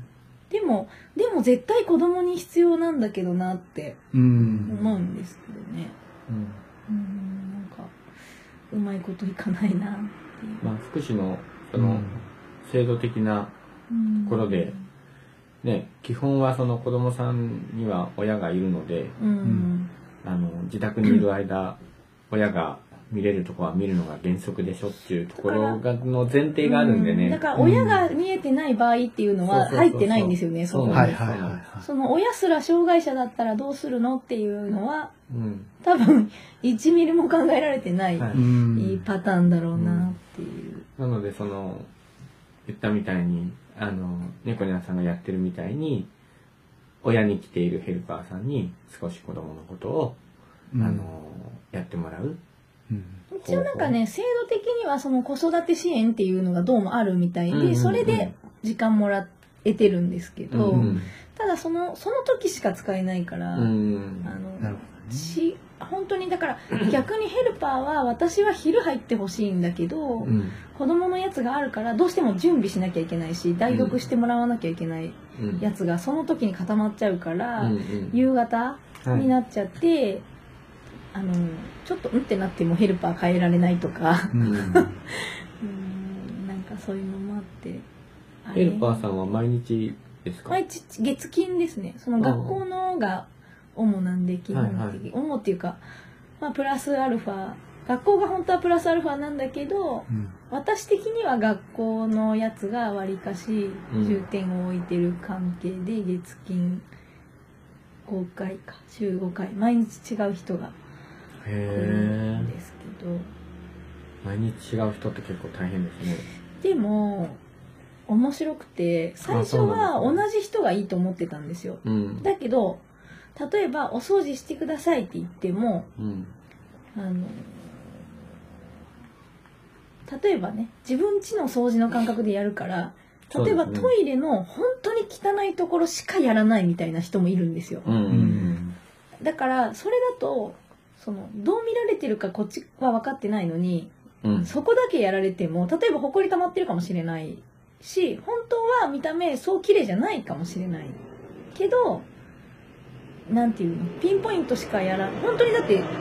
でも絶対子供に必要なんだけどなって思うんですけどね。なんかうまいこといかないなっていう。 まあ福祉のその制度的なところで、ね、基本はその子供さんには親がいるので、自宅にいる間親が見れるとこは見るのが原則でしょっていうところの前提があるんでね。 だから親が見えてない場合っていうのは入ってないんですよね、そこに。その親すら障害者だったらどうするのっていうのは、多分1ミリも考えられてない、いいパターンだろうなっていう。 なのでその言ったみたいに猫ニャンさんがやってるみたいに親に来ているヘルパーさんに少し子供のことを、やってもらう。 一応なんかね、制度的にはその子育て支援っていうのがどうもあるみたいで、それで時間もらえてるんですけど、ただその時しか使えないから、本当にだから逆にヘルパーは私は昼入ってほしいんだけど、子供のやつがあるからどうしても準備しなきゃいけないし、代読してもらわなきゃいけないやつがその時に固まっちゃうから、夕方になっちゃって、ちょっとってなってもヘルパー変えられないとかなんかそういうのもあって。 ヘルパーさんは毎日ですか？ 毎日月金ですね。その学校のが主なんで、基本的、主っていうか、まあプラスアルファ、学校が本当はプラスアルファなんだけど、私的には学校のやつがわりかし重点を置いてる関係で、月金5回か週5回毎日違う人がいるんですけど、 毎日違う人って結構大変ですね。 でも面白くて、最初は同じ人がいいと思ってたんですよ。だけど例えばお掃除してくださいって言っても、例えばね、自分家の掃除の感覚でやるから、例えばトイレの本当に汚いところしかやらないみたいな人もいるんですよ。だからそれだとどう見られてるかこっちは分かってないのに、そこだけやられても、例えばホコリ溜まってるかもしれないし、本当は見た目そう綺麗じゃないかもしれないけど、なんていうの、ピンポイントしかやらん、本当にだって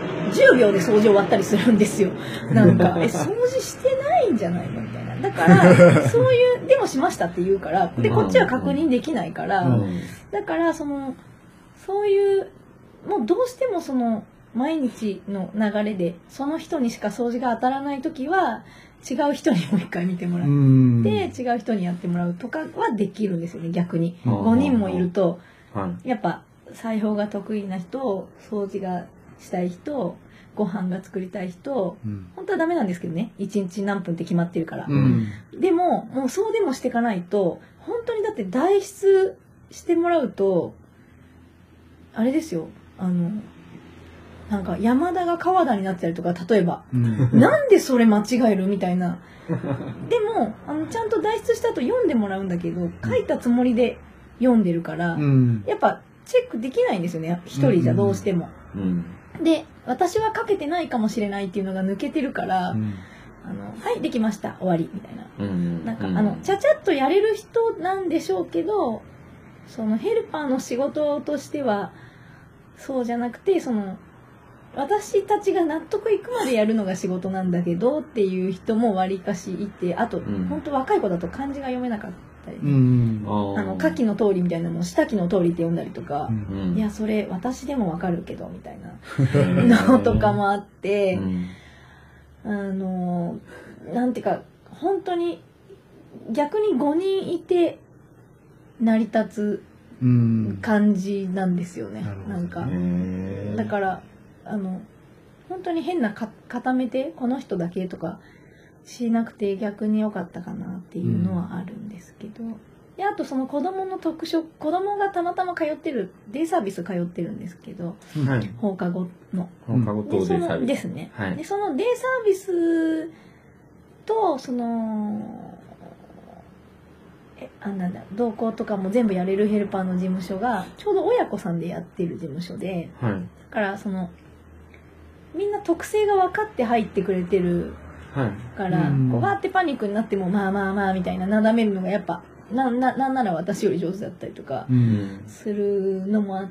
10秒で掃除終わったりするんですよ。なんか掃除してないんじゃないのみたいな。だからそういうでもしましたって言うから、でこっちは確認できないから、だからそういうもうどうしても毎日の流れでその人にしか掃除が当たらない時は違う人にもう一回見てもらって違う人にやってもらうとかはできるんですよね。逆に5人もいるとやっぱ裁縫が得意な人、掃除がしたい人、ご飯が作りたい人、本当はダメなんですけどね、1日何分って決まってるから、でももうそうでもしていかないと、本当にだって代筆してもらうとあれですよ、なんか山田が川田になったりとか、例えば、なんでそれ間違えるみたいな。でもちゃんと代筆した後読んでもらうんだけど、書いたつもりで読んでるから、やっぱチェックできないんですよね、一人じゃどうしても。で私は書けてないかもしれないっていうのが抜けてるから、はいできました終わりみたいな、なんかちゃちゃっとやれる人なんでしょうけど、ヘルパーの仕事としてはそうじゃなくて、私たちが納得いくまでやるのが仕事なんだけどっていう人もわりかしいて、あと、本当若い子だと漢字が読めなかったり、下記の通りみたいなのを下記の通りって読んだりとか、いやそれ私でもわかるけどみたいなのとかもあって、なんていうか本当に逆に5人いて成り立つ感じなんですよね。なんかだから本当に変な固めてこの人だけとかしなくて逆に良かったかなっていうのはあるんですけど、であと子供の特色、子供がたまたま通ってるデイサービス通ってるんですけど、放課後の放課後等デイサービスですね。でそのデイサービスとなんだ同行とかも全部やれるヘルパーの事務所がちょうど親子さんでやってる事務所で、だからみんな特性が分かって入ってくれてるから、こうわーってパニックになってもまあまあまあみたいななだめるのがやっぱなんなら私より上手だったりとかするのもあって、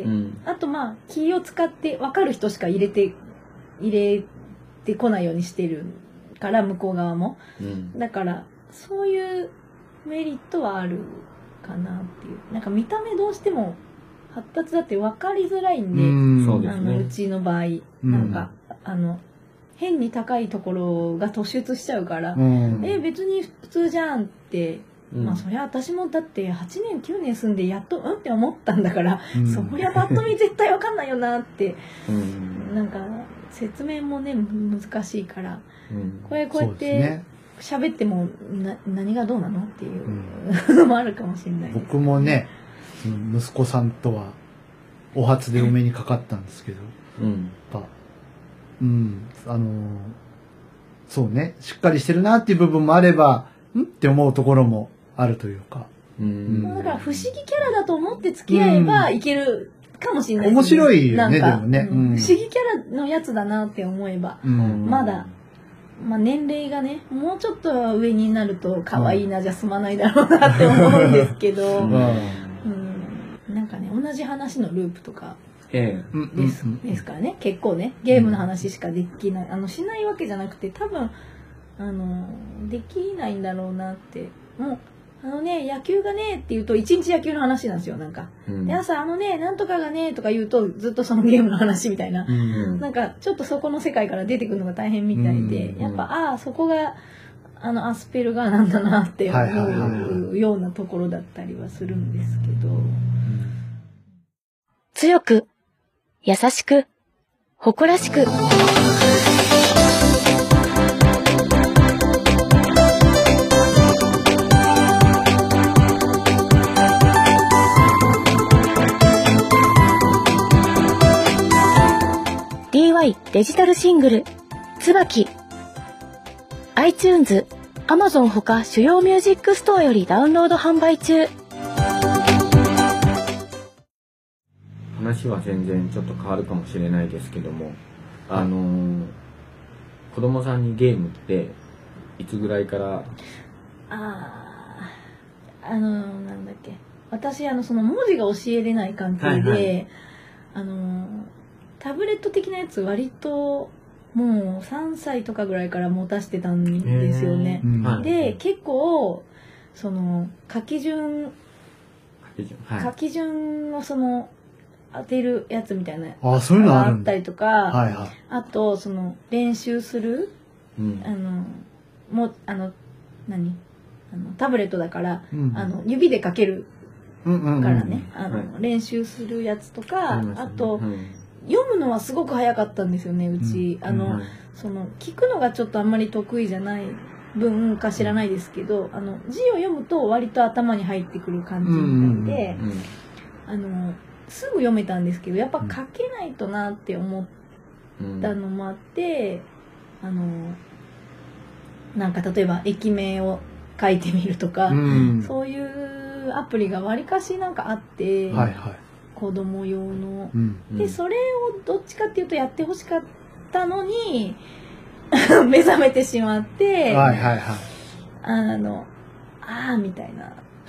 あとまあ気を使って分かる人しか入れてこないようにしてるから向こう側も、だからそういうメリットはあるかなっていう。なんか見た目どうしても発達だって分かりづらいんで、うちの場合なんか変に高いところが突出しちゃうから、別に普通じゃんって、まあそりゃ私もだって8年9年住んでやっとって思ったんだから、そりゃパッと見絶対わかんないよなって、なんか説明もね難しいから、こうやって喋っても何がどうなのっていうのもあるかもしれないです。 僕もね、息子さんとはお初でお目にかかったんですけど、やっぱそうね、しっかりしてるなっていう部分もあれば、って思うところもあるというか。 だから不思議キャラだと思って付き合えばいけるかもしれないですね。 面白いよね、でもね。 不思議キャラのやつだなって思えば、まだ、まあ年齢がね、もうちょっと上になると可愛いなじゃ済まないだろうなって思うんですけど、なんかね、同じ話のループとか、ですからね、結構ねゲームの話しかできない、しないわけじゃなくて、多分できないんだろうなって。もう野球がねって言うと一日野球の話なんですよ。なんか、で朝なんとかがねとか言うとずっとそのゲームの話みたいな、なんかちょっとそこの世界から出てくるのが大変みたいで、やっぱそこがアスペルガーなんだなって思うようなところだったりはするんですけど、 強く優しく、誇らしく。DY デジタルシングル、椿。iTunes、Amazon ほか主要ミュージックストアよりダウンロード販売中。 話は全然ちょっと変わるかもしれないですけども、子供さんにゲームっていつぐらいから？ なんだっけ、私その文字が教えれない関係で、タブレット的なやつ割ともう3歳とかぐらいから持たせてたんですよね。で結構その書き順をその当てるやつみたいなそういうのあったりとか、あとその練習する、タブレットだから、指で書けるからね、練習するやつとか、あと、読むのはすごく早かったんですよね、うち。その聞くのがちょっとあんまり得意じゃない分か知らないですけど、字を読むと割と頭に入ってくる感じみたいで、すぐ読めたんですけど、やっぱ書けないとなって思ったのもあって、なんか例えば駅名を書いてみるとか、そういうアプリがわりかしなんかあって、子供用の、でそれをどっちかっていうとやってほしかったのに目覚めてしまって、みたいな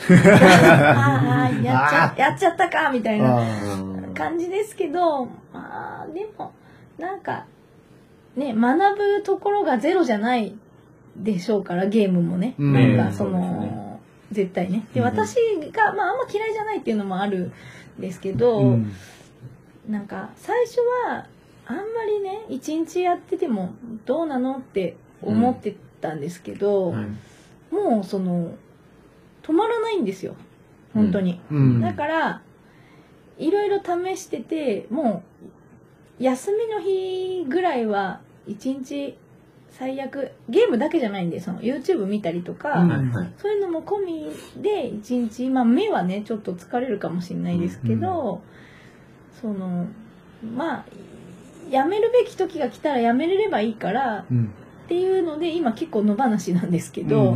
やっちゃったかみたいな感じですけど、でもなんかね、学ぶところがゼロじゃないでしょうから、ゲームもね、なんかその絶対ね。で私があんま嫌いじゃないっていうのもあるんですけど、なんか最初はあんまりね一日やっててもどうなのって思ってたんですけど、もうその止まらないんですよ本当に、だからいろいろ試してて、もう休みの日ぐらいは一日最悪ゲームだけじゃないんで、その YouTube 見たりとか、そういうのも込みで一日、目はねちょっと疲れるかもしれないですけど、そのやめるべき時が来たらやめれればいいから、っていうので今結構野放しなんですけど、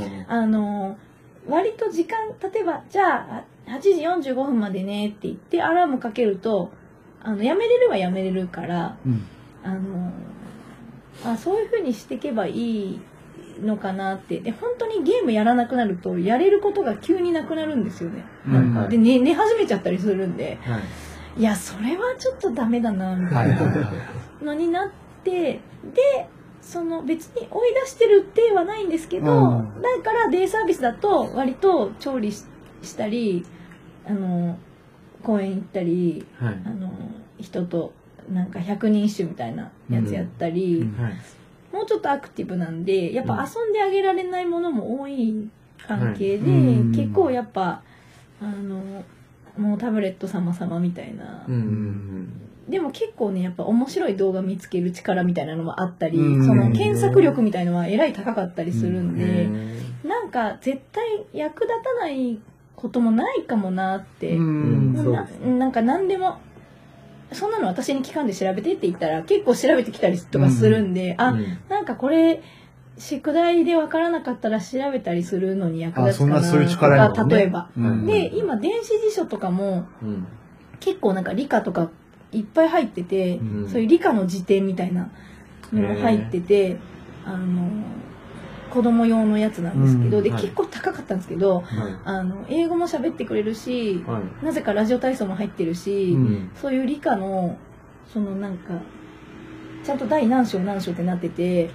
割と時間、例えばじゃあ8時45分までねって言ってアラームかけるとやめれるはやめれるから、そういう風にしていけばいいのかなって。で、本当にゲームやらなくなると、やれることが急になくなるんですよね。なんかで、寝始めちゃったりするんで、いや、それはちょっとダメだな、みたいなのになって、で、別に追い出してるってはないんですけど、だからデイサービスだと割と調理したり、公園行ったり、人となんか100人一首みたいなやつやったり、もうちょっとアクティブなんで、やっぱ遊んであげられないものも多い関係で、結構やっぱ、もうタブレット様みたいな。でも結構ね、やっぱ面白い動画見つける力みたいなのもあったり、その検索力みたいのはえらい高かったりするんで、なんか絶対役立たないこともないかもなって、なんか何でも、そんなの私に聞かんで調べてって言ったら結構調べてきたりとかするんで、なんかこれ、宿題で分からなかったら調べたりするのに役立つかなとか、例えば。で、今電子辞書とかも、結構なんか理科とかいっぱい入ってて、そういう理科の辞典みたいなのも入ってて、子供用のやつなんですけど、で、結構高かったんですけど、英語も喋ってくれるし、なぜかラジオ体操も入ってるし、そういう理科の、なんか、ちゃんと第何章ってなってて、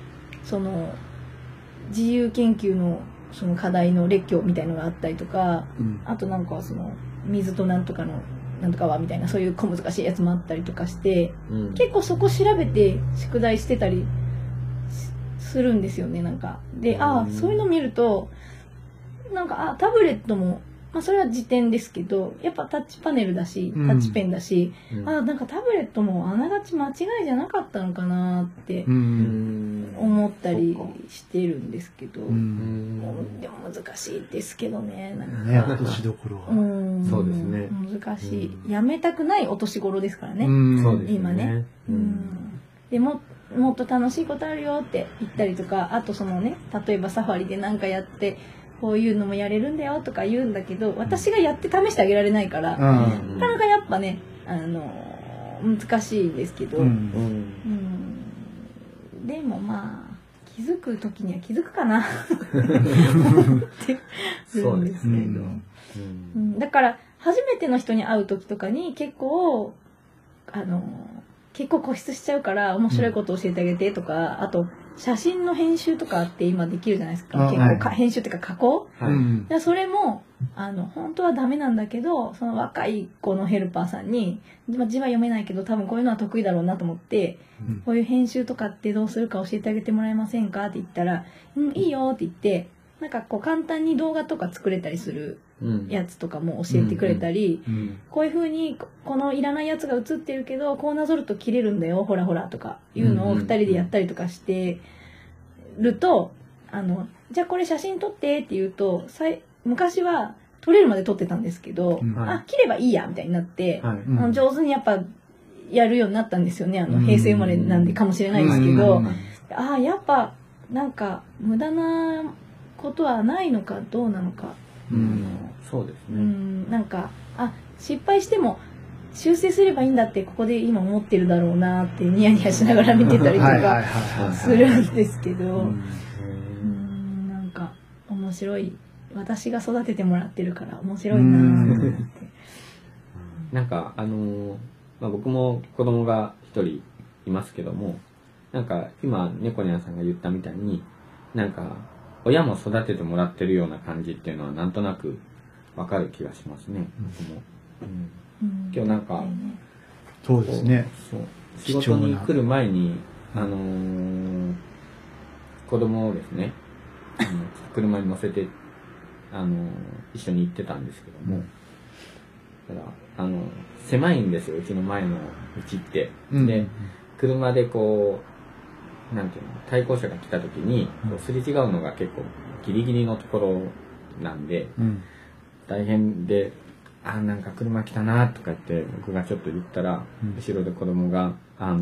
自由研究のその課題の列挙みたいのがあったりとか、あとなんか水となんとかのなんとかはみたいなそういう小難しいやつもあったりとかして、結構そこ調べて宿題してたりするんですよね、なんか。で、そういうの見ると、なんか、タブレットも、まあそれは辞典ですけど、やっぱタッチパネルだし、タッチペンだし、なんかタブレットもあながち間違いじゃなかったのかなって思ったりしてるんですけど、でも難しいですけどね、なんか。 落としどころは。 そうですね。 難しい。やめたくないお年頃ですからね、今ね。でもっと楽しいことあるよって言ったりとか、あと例えばサファリでなんかやって、こういうのもやれるんだよとか言うんだけど、私がやって試してあげられないから、なかなかやっぱね、難しいんですけど、でもまあ、気づく時には気づくかな思ってるんですけど。だから、初めての人に会う時とかに結構固執しちゃうから面白いことを教えてあげてとか、あと写真の編集とかって今できるじゃないですか。結構編集っていうか加工、それも本当はダメなんだけど、その若い子のヘルパーさんに字は読めないけど多分こういうのは得意だろうなと思って、こういう編集とかってどうするか教えてあげてもらえませんかって言ったら、いいよって言って、なんかこう簡単に動画とか作れたりするやつとかも教えてくれたり、こういう風にこのいらないやつが映ってるけどこうなぞると切れるんだよほらほらとかいうのを2人でやったりとかしてると、じゃあこれ写真撮ってって言うと、昔は撮れるまで撮ってたんですけど、切ればいいやみたいになって、上手にやっぱやるようになったんですよね。平成生まれなんでかもしれないですけど、やっぱなんか無駄なことはないのかどうなのか。 そうですね。 なんか失敗しても修正すればいいんだってここで今思ってるだろうなってニヤニヤしながら見てたりとかするんですけど、なんか面白い、私が育ててもらってるから面白いなと思って。 なんか僕も子供が一人いますけども、なんか今猫ニャンさんが言ったみたいに、なんか親も育ててもらってるような感じっていうのはなんとなくわかる気がしますね。今日なんか、 そうですね。 仕事に来る前に子供をですね、車に乗せて一緒に行ってたんですけども、だから狭いんですよ、うちの前の道って。で、車でこうなんていうの、対向車が来た時にこうすれ違うのが結構ギリギリのところなんで、大変で、なんか車来たなとかって僕がちょっと言ったら、後ろで子供が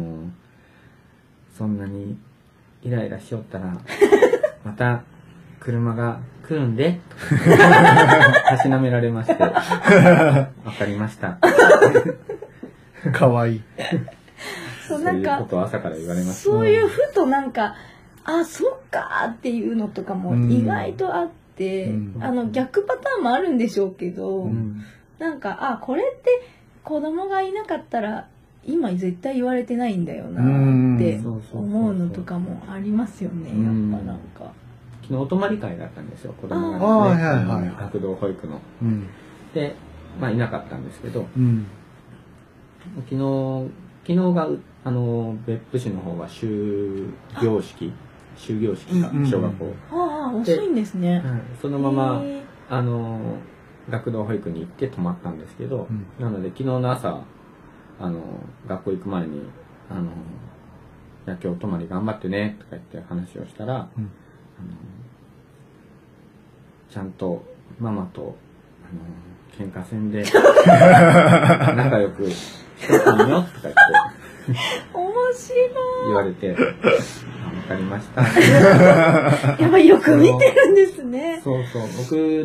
そんなにイライラしよったらまた車が来るんでとかたしなめられまして、わかりました。 かわいい。 そういうことを朝から言われました。 そういうふとなんかあ、そっかーっていうのとかも意外とあって、逆パターンもあるんでしょうけど、なんか、あ、これって子供がいなかったら今絶対言われてないんだよなって思うのとかもありますよね。やっぱなんか昨日お泊まり会だったんですよ、子供がね、学童保育の。で、まあいなかったんですけど、昨日が別府市の方は終業式が小学校。 ああ、遅いんですね。 そのまま学童保育に行って泊まったんですけど、なので昨日の朝学校行く前に今日泊まり頑張ってねとか言って話をしたら、ちゃんとママと喧嘩せんで仲良くしとくんよとか言って面白い言われて、わかりました。 やっぱりよく見てるんですね。 そうそう、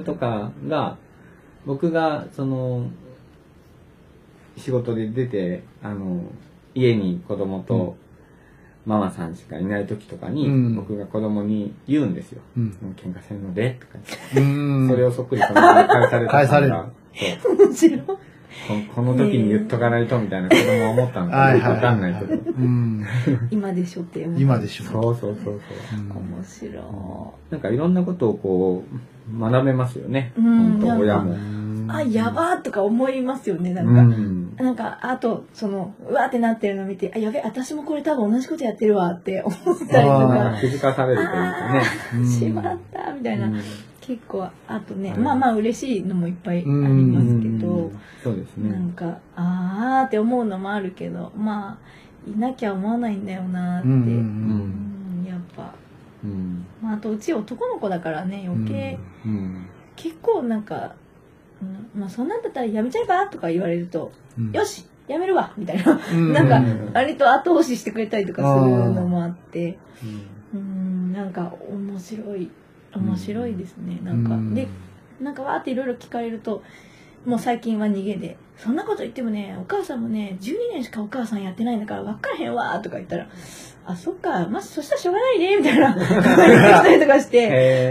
僕がその仕事で出て家に子供とママさんしかいない時とかに、僕が子供に言うんですよ。喧嘩せんのでとか言って、それをそっくりそのまま返された。 面白い。 この時に言っとかないとみたいな子供は思ったのか分かんないけど、 今でしょって今でしょ。 そう面白い。 なんかいろんなことをこう学べますよね。本当親も。 あ、やばーとか思いますよね。なんかあとうわーってなってるのを見て、あ、やべ、私もこれ多分同じことやってるわって思ったりとか。 気づかされるというかね。 しまったみたいな。結構あとね、まあ嬉しいのもいっぱいありますけど、 そうですね。 なんかあーって思うのもあるけど、まあいなきゃ思わないんだよなって、やっぱ、まああとうち男の子だからね、余計、結構なんか、まあそんなんだったらやめちゃえばとか言われると、よしやめるわみたいな、なんか割と後押ししてくれたりとかするのもあって、なんか面白いですね。なんか、で、なんかわーっていろいろ聞かれると、もう最近は逃げで、そんなこと言ってもね、お母さんもね、12年しかお母さんやってないんだから分からへんわーとか言ったら、あ、そっか、まあ、そしたらしょうがないね、みたいな、言ってきたりとかして、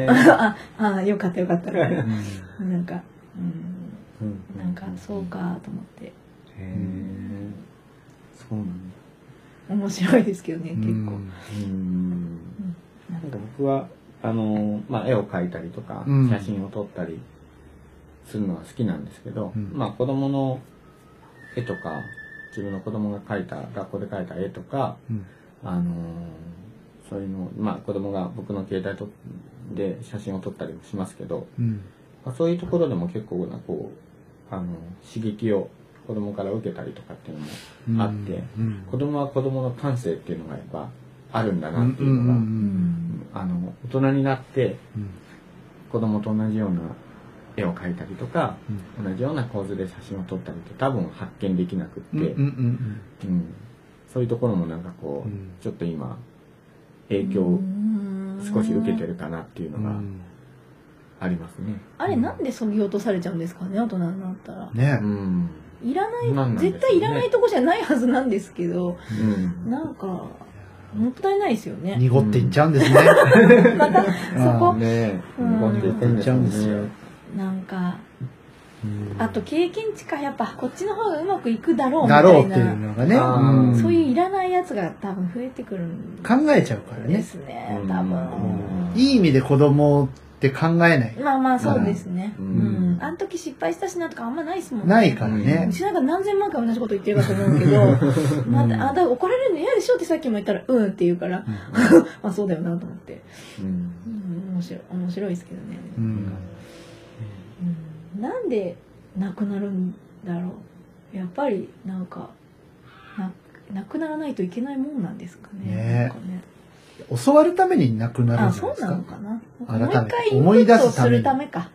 よかったよかった、みたいな。なんか、なんか、そうか、と思って。 そうなんだ。 面白いですけどね、結構。 なんか僕は、まあ、絵を描いたりとか、写真を撮ったりするのは好きなんですけど、まあ子供の絵とか、自分の子供が描いた、学校で描いた絵とか、そういうの、まあ子供が僕の携帯で写真を撮ったりもしますけど、まあ、そういうところでも結構なこう、刺激を子供から受けたりとかっていうのもあって、子供は子供の感性っていうのがやっぱあるんだなっていうのが、大人になって子供と同じような絵を描いたりとか、同じような構図で写真を撮ったりって多分発見できなくって、そういうところもなんかこう、ちょっと今影響を少し受けてるかなっていうのがありますね。 あれなんでそぎ落とされちゃうんですかね、大人になったら。 ね。 いらない、絶対いらないとこじゃないはずなんですけど、なんかもったいないですよね。 濁っていっちゃうんですね。 またそこね、濁っていっちゃうんですよ。 なんかあと経験値か、やっぱこっちの方がうまくいくだろうみだたいろうっていうのがね、 そういういらないやつが多分増えてくるん考えちゃうからね。 ですね、多分。 いい意味で子供って考えない。 まあまあそうですね。あの時失敗したしなとかあんまないですもんね。 ないからね。 うちなんか何千万回同じこと言ってるかと思うけど、まただから怒られるの嫌でしょってさっきも言ったらって言うから、まあそうだよなと思って。面白いですけどね。なんでなくなるんだろう。やっぱりなんかなくならないといけないもんなんですかね。 教わるためになくなるんですか。 そうなのかな。 もう一回思い出すためか。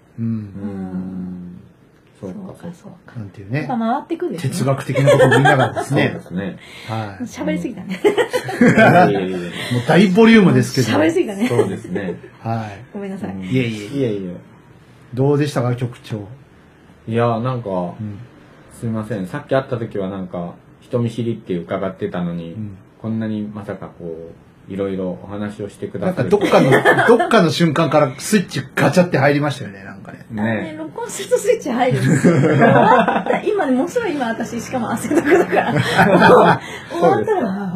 そうか。なんていうね。 回っていくんですね。 哲学的なことを言いながらですね。 そうですね。 はい。喋りすぎたね。 もう大ボリュームですけど。 喋りすぎたね。 そうですね。 はい。 ごめんなさい。 いえいえ。どうでしたか、局長。 いや、なんか、すいません。さっき会った時はなんか、人見知りって伺ってたのに、こんなにまさかこう、 いろいろお話をしてくだなんかさる。 どっかの瞬間からスイッチガチャって入りましたよね、なんかね。 ね。 録音するとスイッチ入るんですよ。今ね、もうすぐ今私、しかも汗だくだから。終わった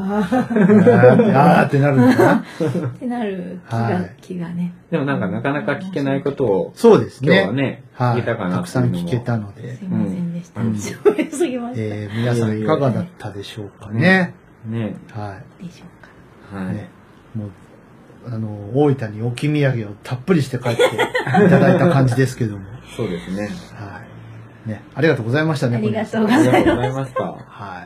ら、 あーってなるんだな。 ってなる気がね。 でもなんかなかなか聞けないことを、 そうですね。 今日はね、聞けたかなたくさん聞けたので。 すいませんでした。喋りすぎました。 皆さんいかがだったでしょうかね。 ね。 はい。 でしょうか。 はい。 もう、大分に置き土産をたっぷりして帰っていただいた感じですけども。 そうですね。 はい。ね、ありがとうございましたね。 ありがとうございました。 ありがとうございました。 はい。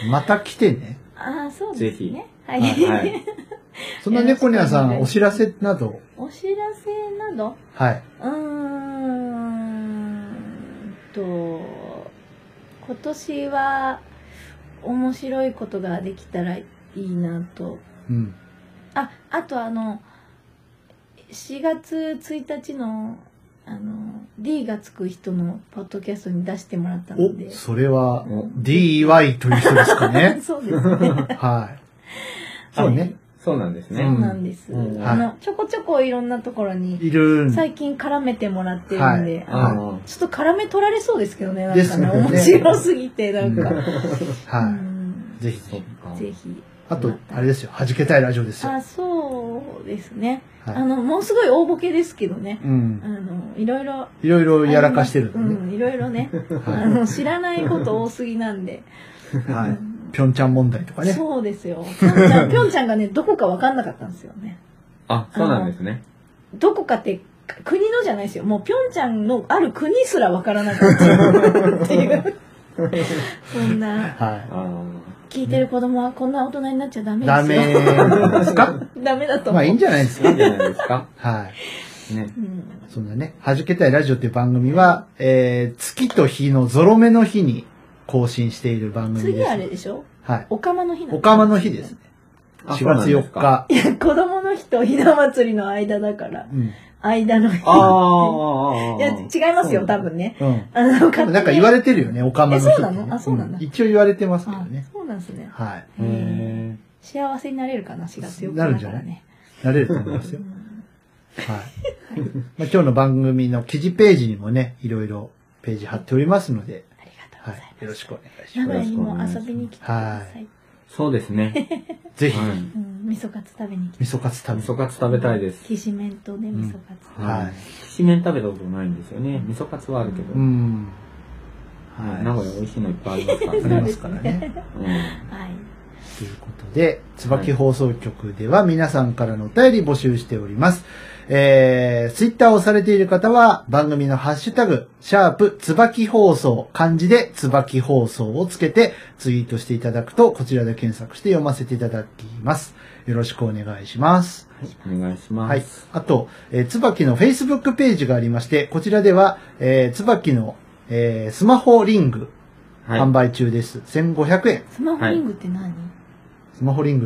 また来てね。 ああ、そうですね。はい。 そんな猫ニャさん、お知らせなど。 お知らせなどはい。 今年は面白いことができたらいいなと。 うん。 あと4月1日のD がつく人のポッドキャストに出してもらったので。 それは DY という人ですかね。 そうですね。 はい。そうね。 そうなんですね。 そうなんです。ちょこちょこいろんなところに最近絡めてもらってるんで、ちょっと絡め取られそうですけどね、なんかね、面白すぎて、なんか。はい。 ぜひぜひ。 あと、あれですよ、弾けたいラジオですよ。 そうですね。もうすごい大ボケですけどね。いろいろやらかしてるんでね。いろいろね。知らないこと多すぎなんで。 はい。ピョンチャン問題とかね。 そうですよ。ピョンチャンがね、どこか分かんなかったんですよね。 あ、そうなんですね。 どこかって国のじゃないですよ。もうピョンチャンのある国すら分からなかったっていう。そんな。聞いてる子供はこんな大人になっちゃダメですよ。 ダメですか？ ダメだと思う。 まあいいんじゃないですか。 いいんじゃないですか。 はい。ね。そんなね、弾けたいラジオっていう番組は、月と日のゾロ目の日に更新している番組です。 次あれでしょ？はい。おかまの日なんです。 おかまの日ですね。4月4日。 いや、子供の日とひな祭りの間だから。間の日。いや、違いますよ、多分ね。 なんか言われてるよね、おかまの日。 そうなの？そうなんだ。 一応言われてますけどね。 そうなんですね。 はい。 幸せになれるかな、4月4日なるんじゃない？なれると思いますよ。はい。今日の番組の記事ページにもね、いろいろページ貼っておりますので。 ありがとうございます。 よろしくお願いします。 名古屋にも遊びに来てください。 そうですね。 ぜひ。 味噌カツ食べに来て。 味噌カツ食べたいです。 きしめんとね、味噌カツ。 はい。きしめん食べたことないんですよね。味噌カツはあるけど。はい。名古屋美味しいのいっぱいありますからね。 ありますからね。はい。ということで、椿放送局では皆さんからのお便り募集しております。ツイッターをされている方は番組のハッシュタグ、椿放送、漢字で椿放送をつけてツイートしていただくと、こちらで検索して読ませていただきます。よろしくお願いします。 お願いします。 はい。あと、椿の Facebook ページがありまして、こちらでは、椿の、スマホリング、販売中です。1500円。 スマホリングって何？ スマホリングって、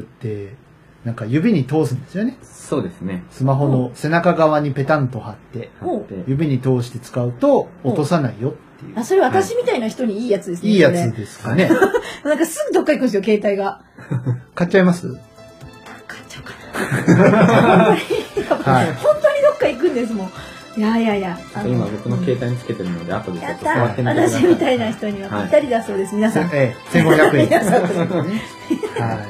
なんか指に通すんですよね。 そうですね。 スマホの背中側にペタンと貼って、指に通して使うと落とさないよっていう。 あ、それ私みたいな人にいいやつですね。 いいやつですかね。 なんかすぐどっか行くんですよ、携帯が。 買っちゃいます？ 買っちゃうかな。本当にどっか行くんですもん。いや。 今僕の携帯につけてるので、後でちょっと触ってみてください。私みたいな人にはぴったりだそうです、皆さん。 1500円。はい。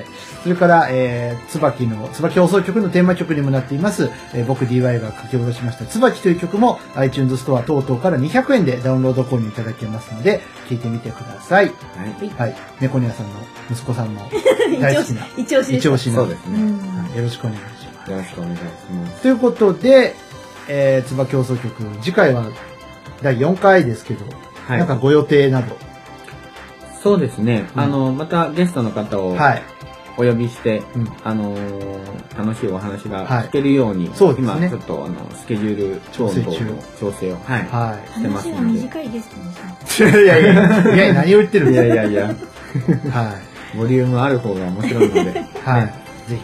それから、椿放送局のテーマ曲にもなっています、僕 DY が書き下ろしました椿という曲も iTunes ストア等々から200円でダウンロード購入いただけますので、聴いてみてください。はい。猫ニャさんの息子さんの大好きな一押しそうですね。 よろしくお願いします。 よろしくお願いします。 ということで、椿放送局、次回は第4回ですけど、なんかご予定など。 そうですね。またゲストの方を、お呼びして、楽しいお話が聞けるように、今ちょっとスケジュール調整を、してますので。 話が短いですね。 いや、何を言ってるんですか。 いや。ボリュームある方が面白いので。 はい。ぜひ。はい。という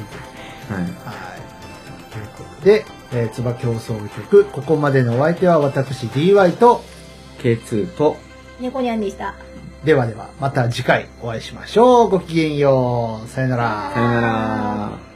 ことで、椿放送局、ここまでのお相手は私 DY と K2 と猫ニャンでした。 ではでは、また次回お会いしましょう。ごきげんよう。さよなら。 さよなら。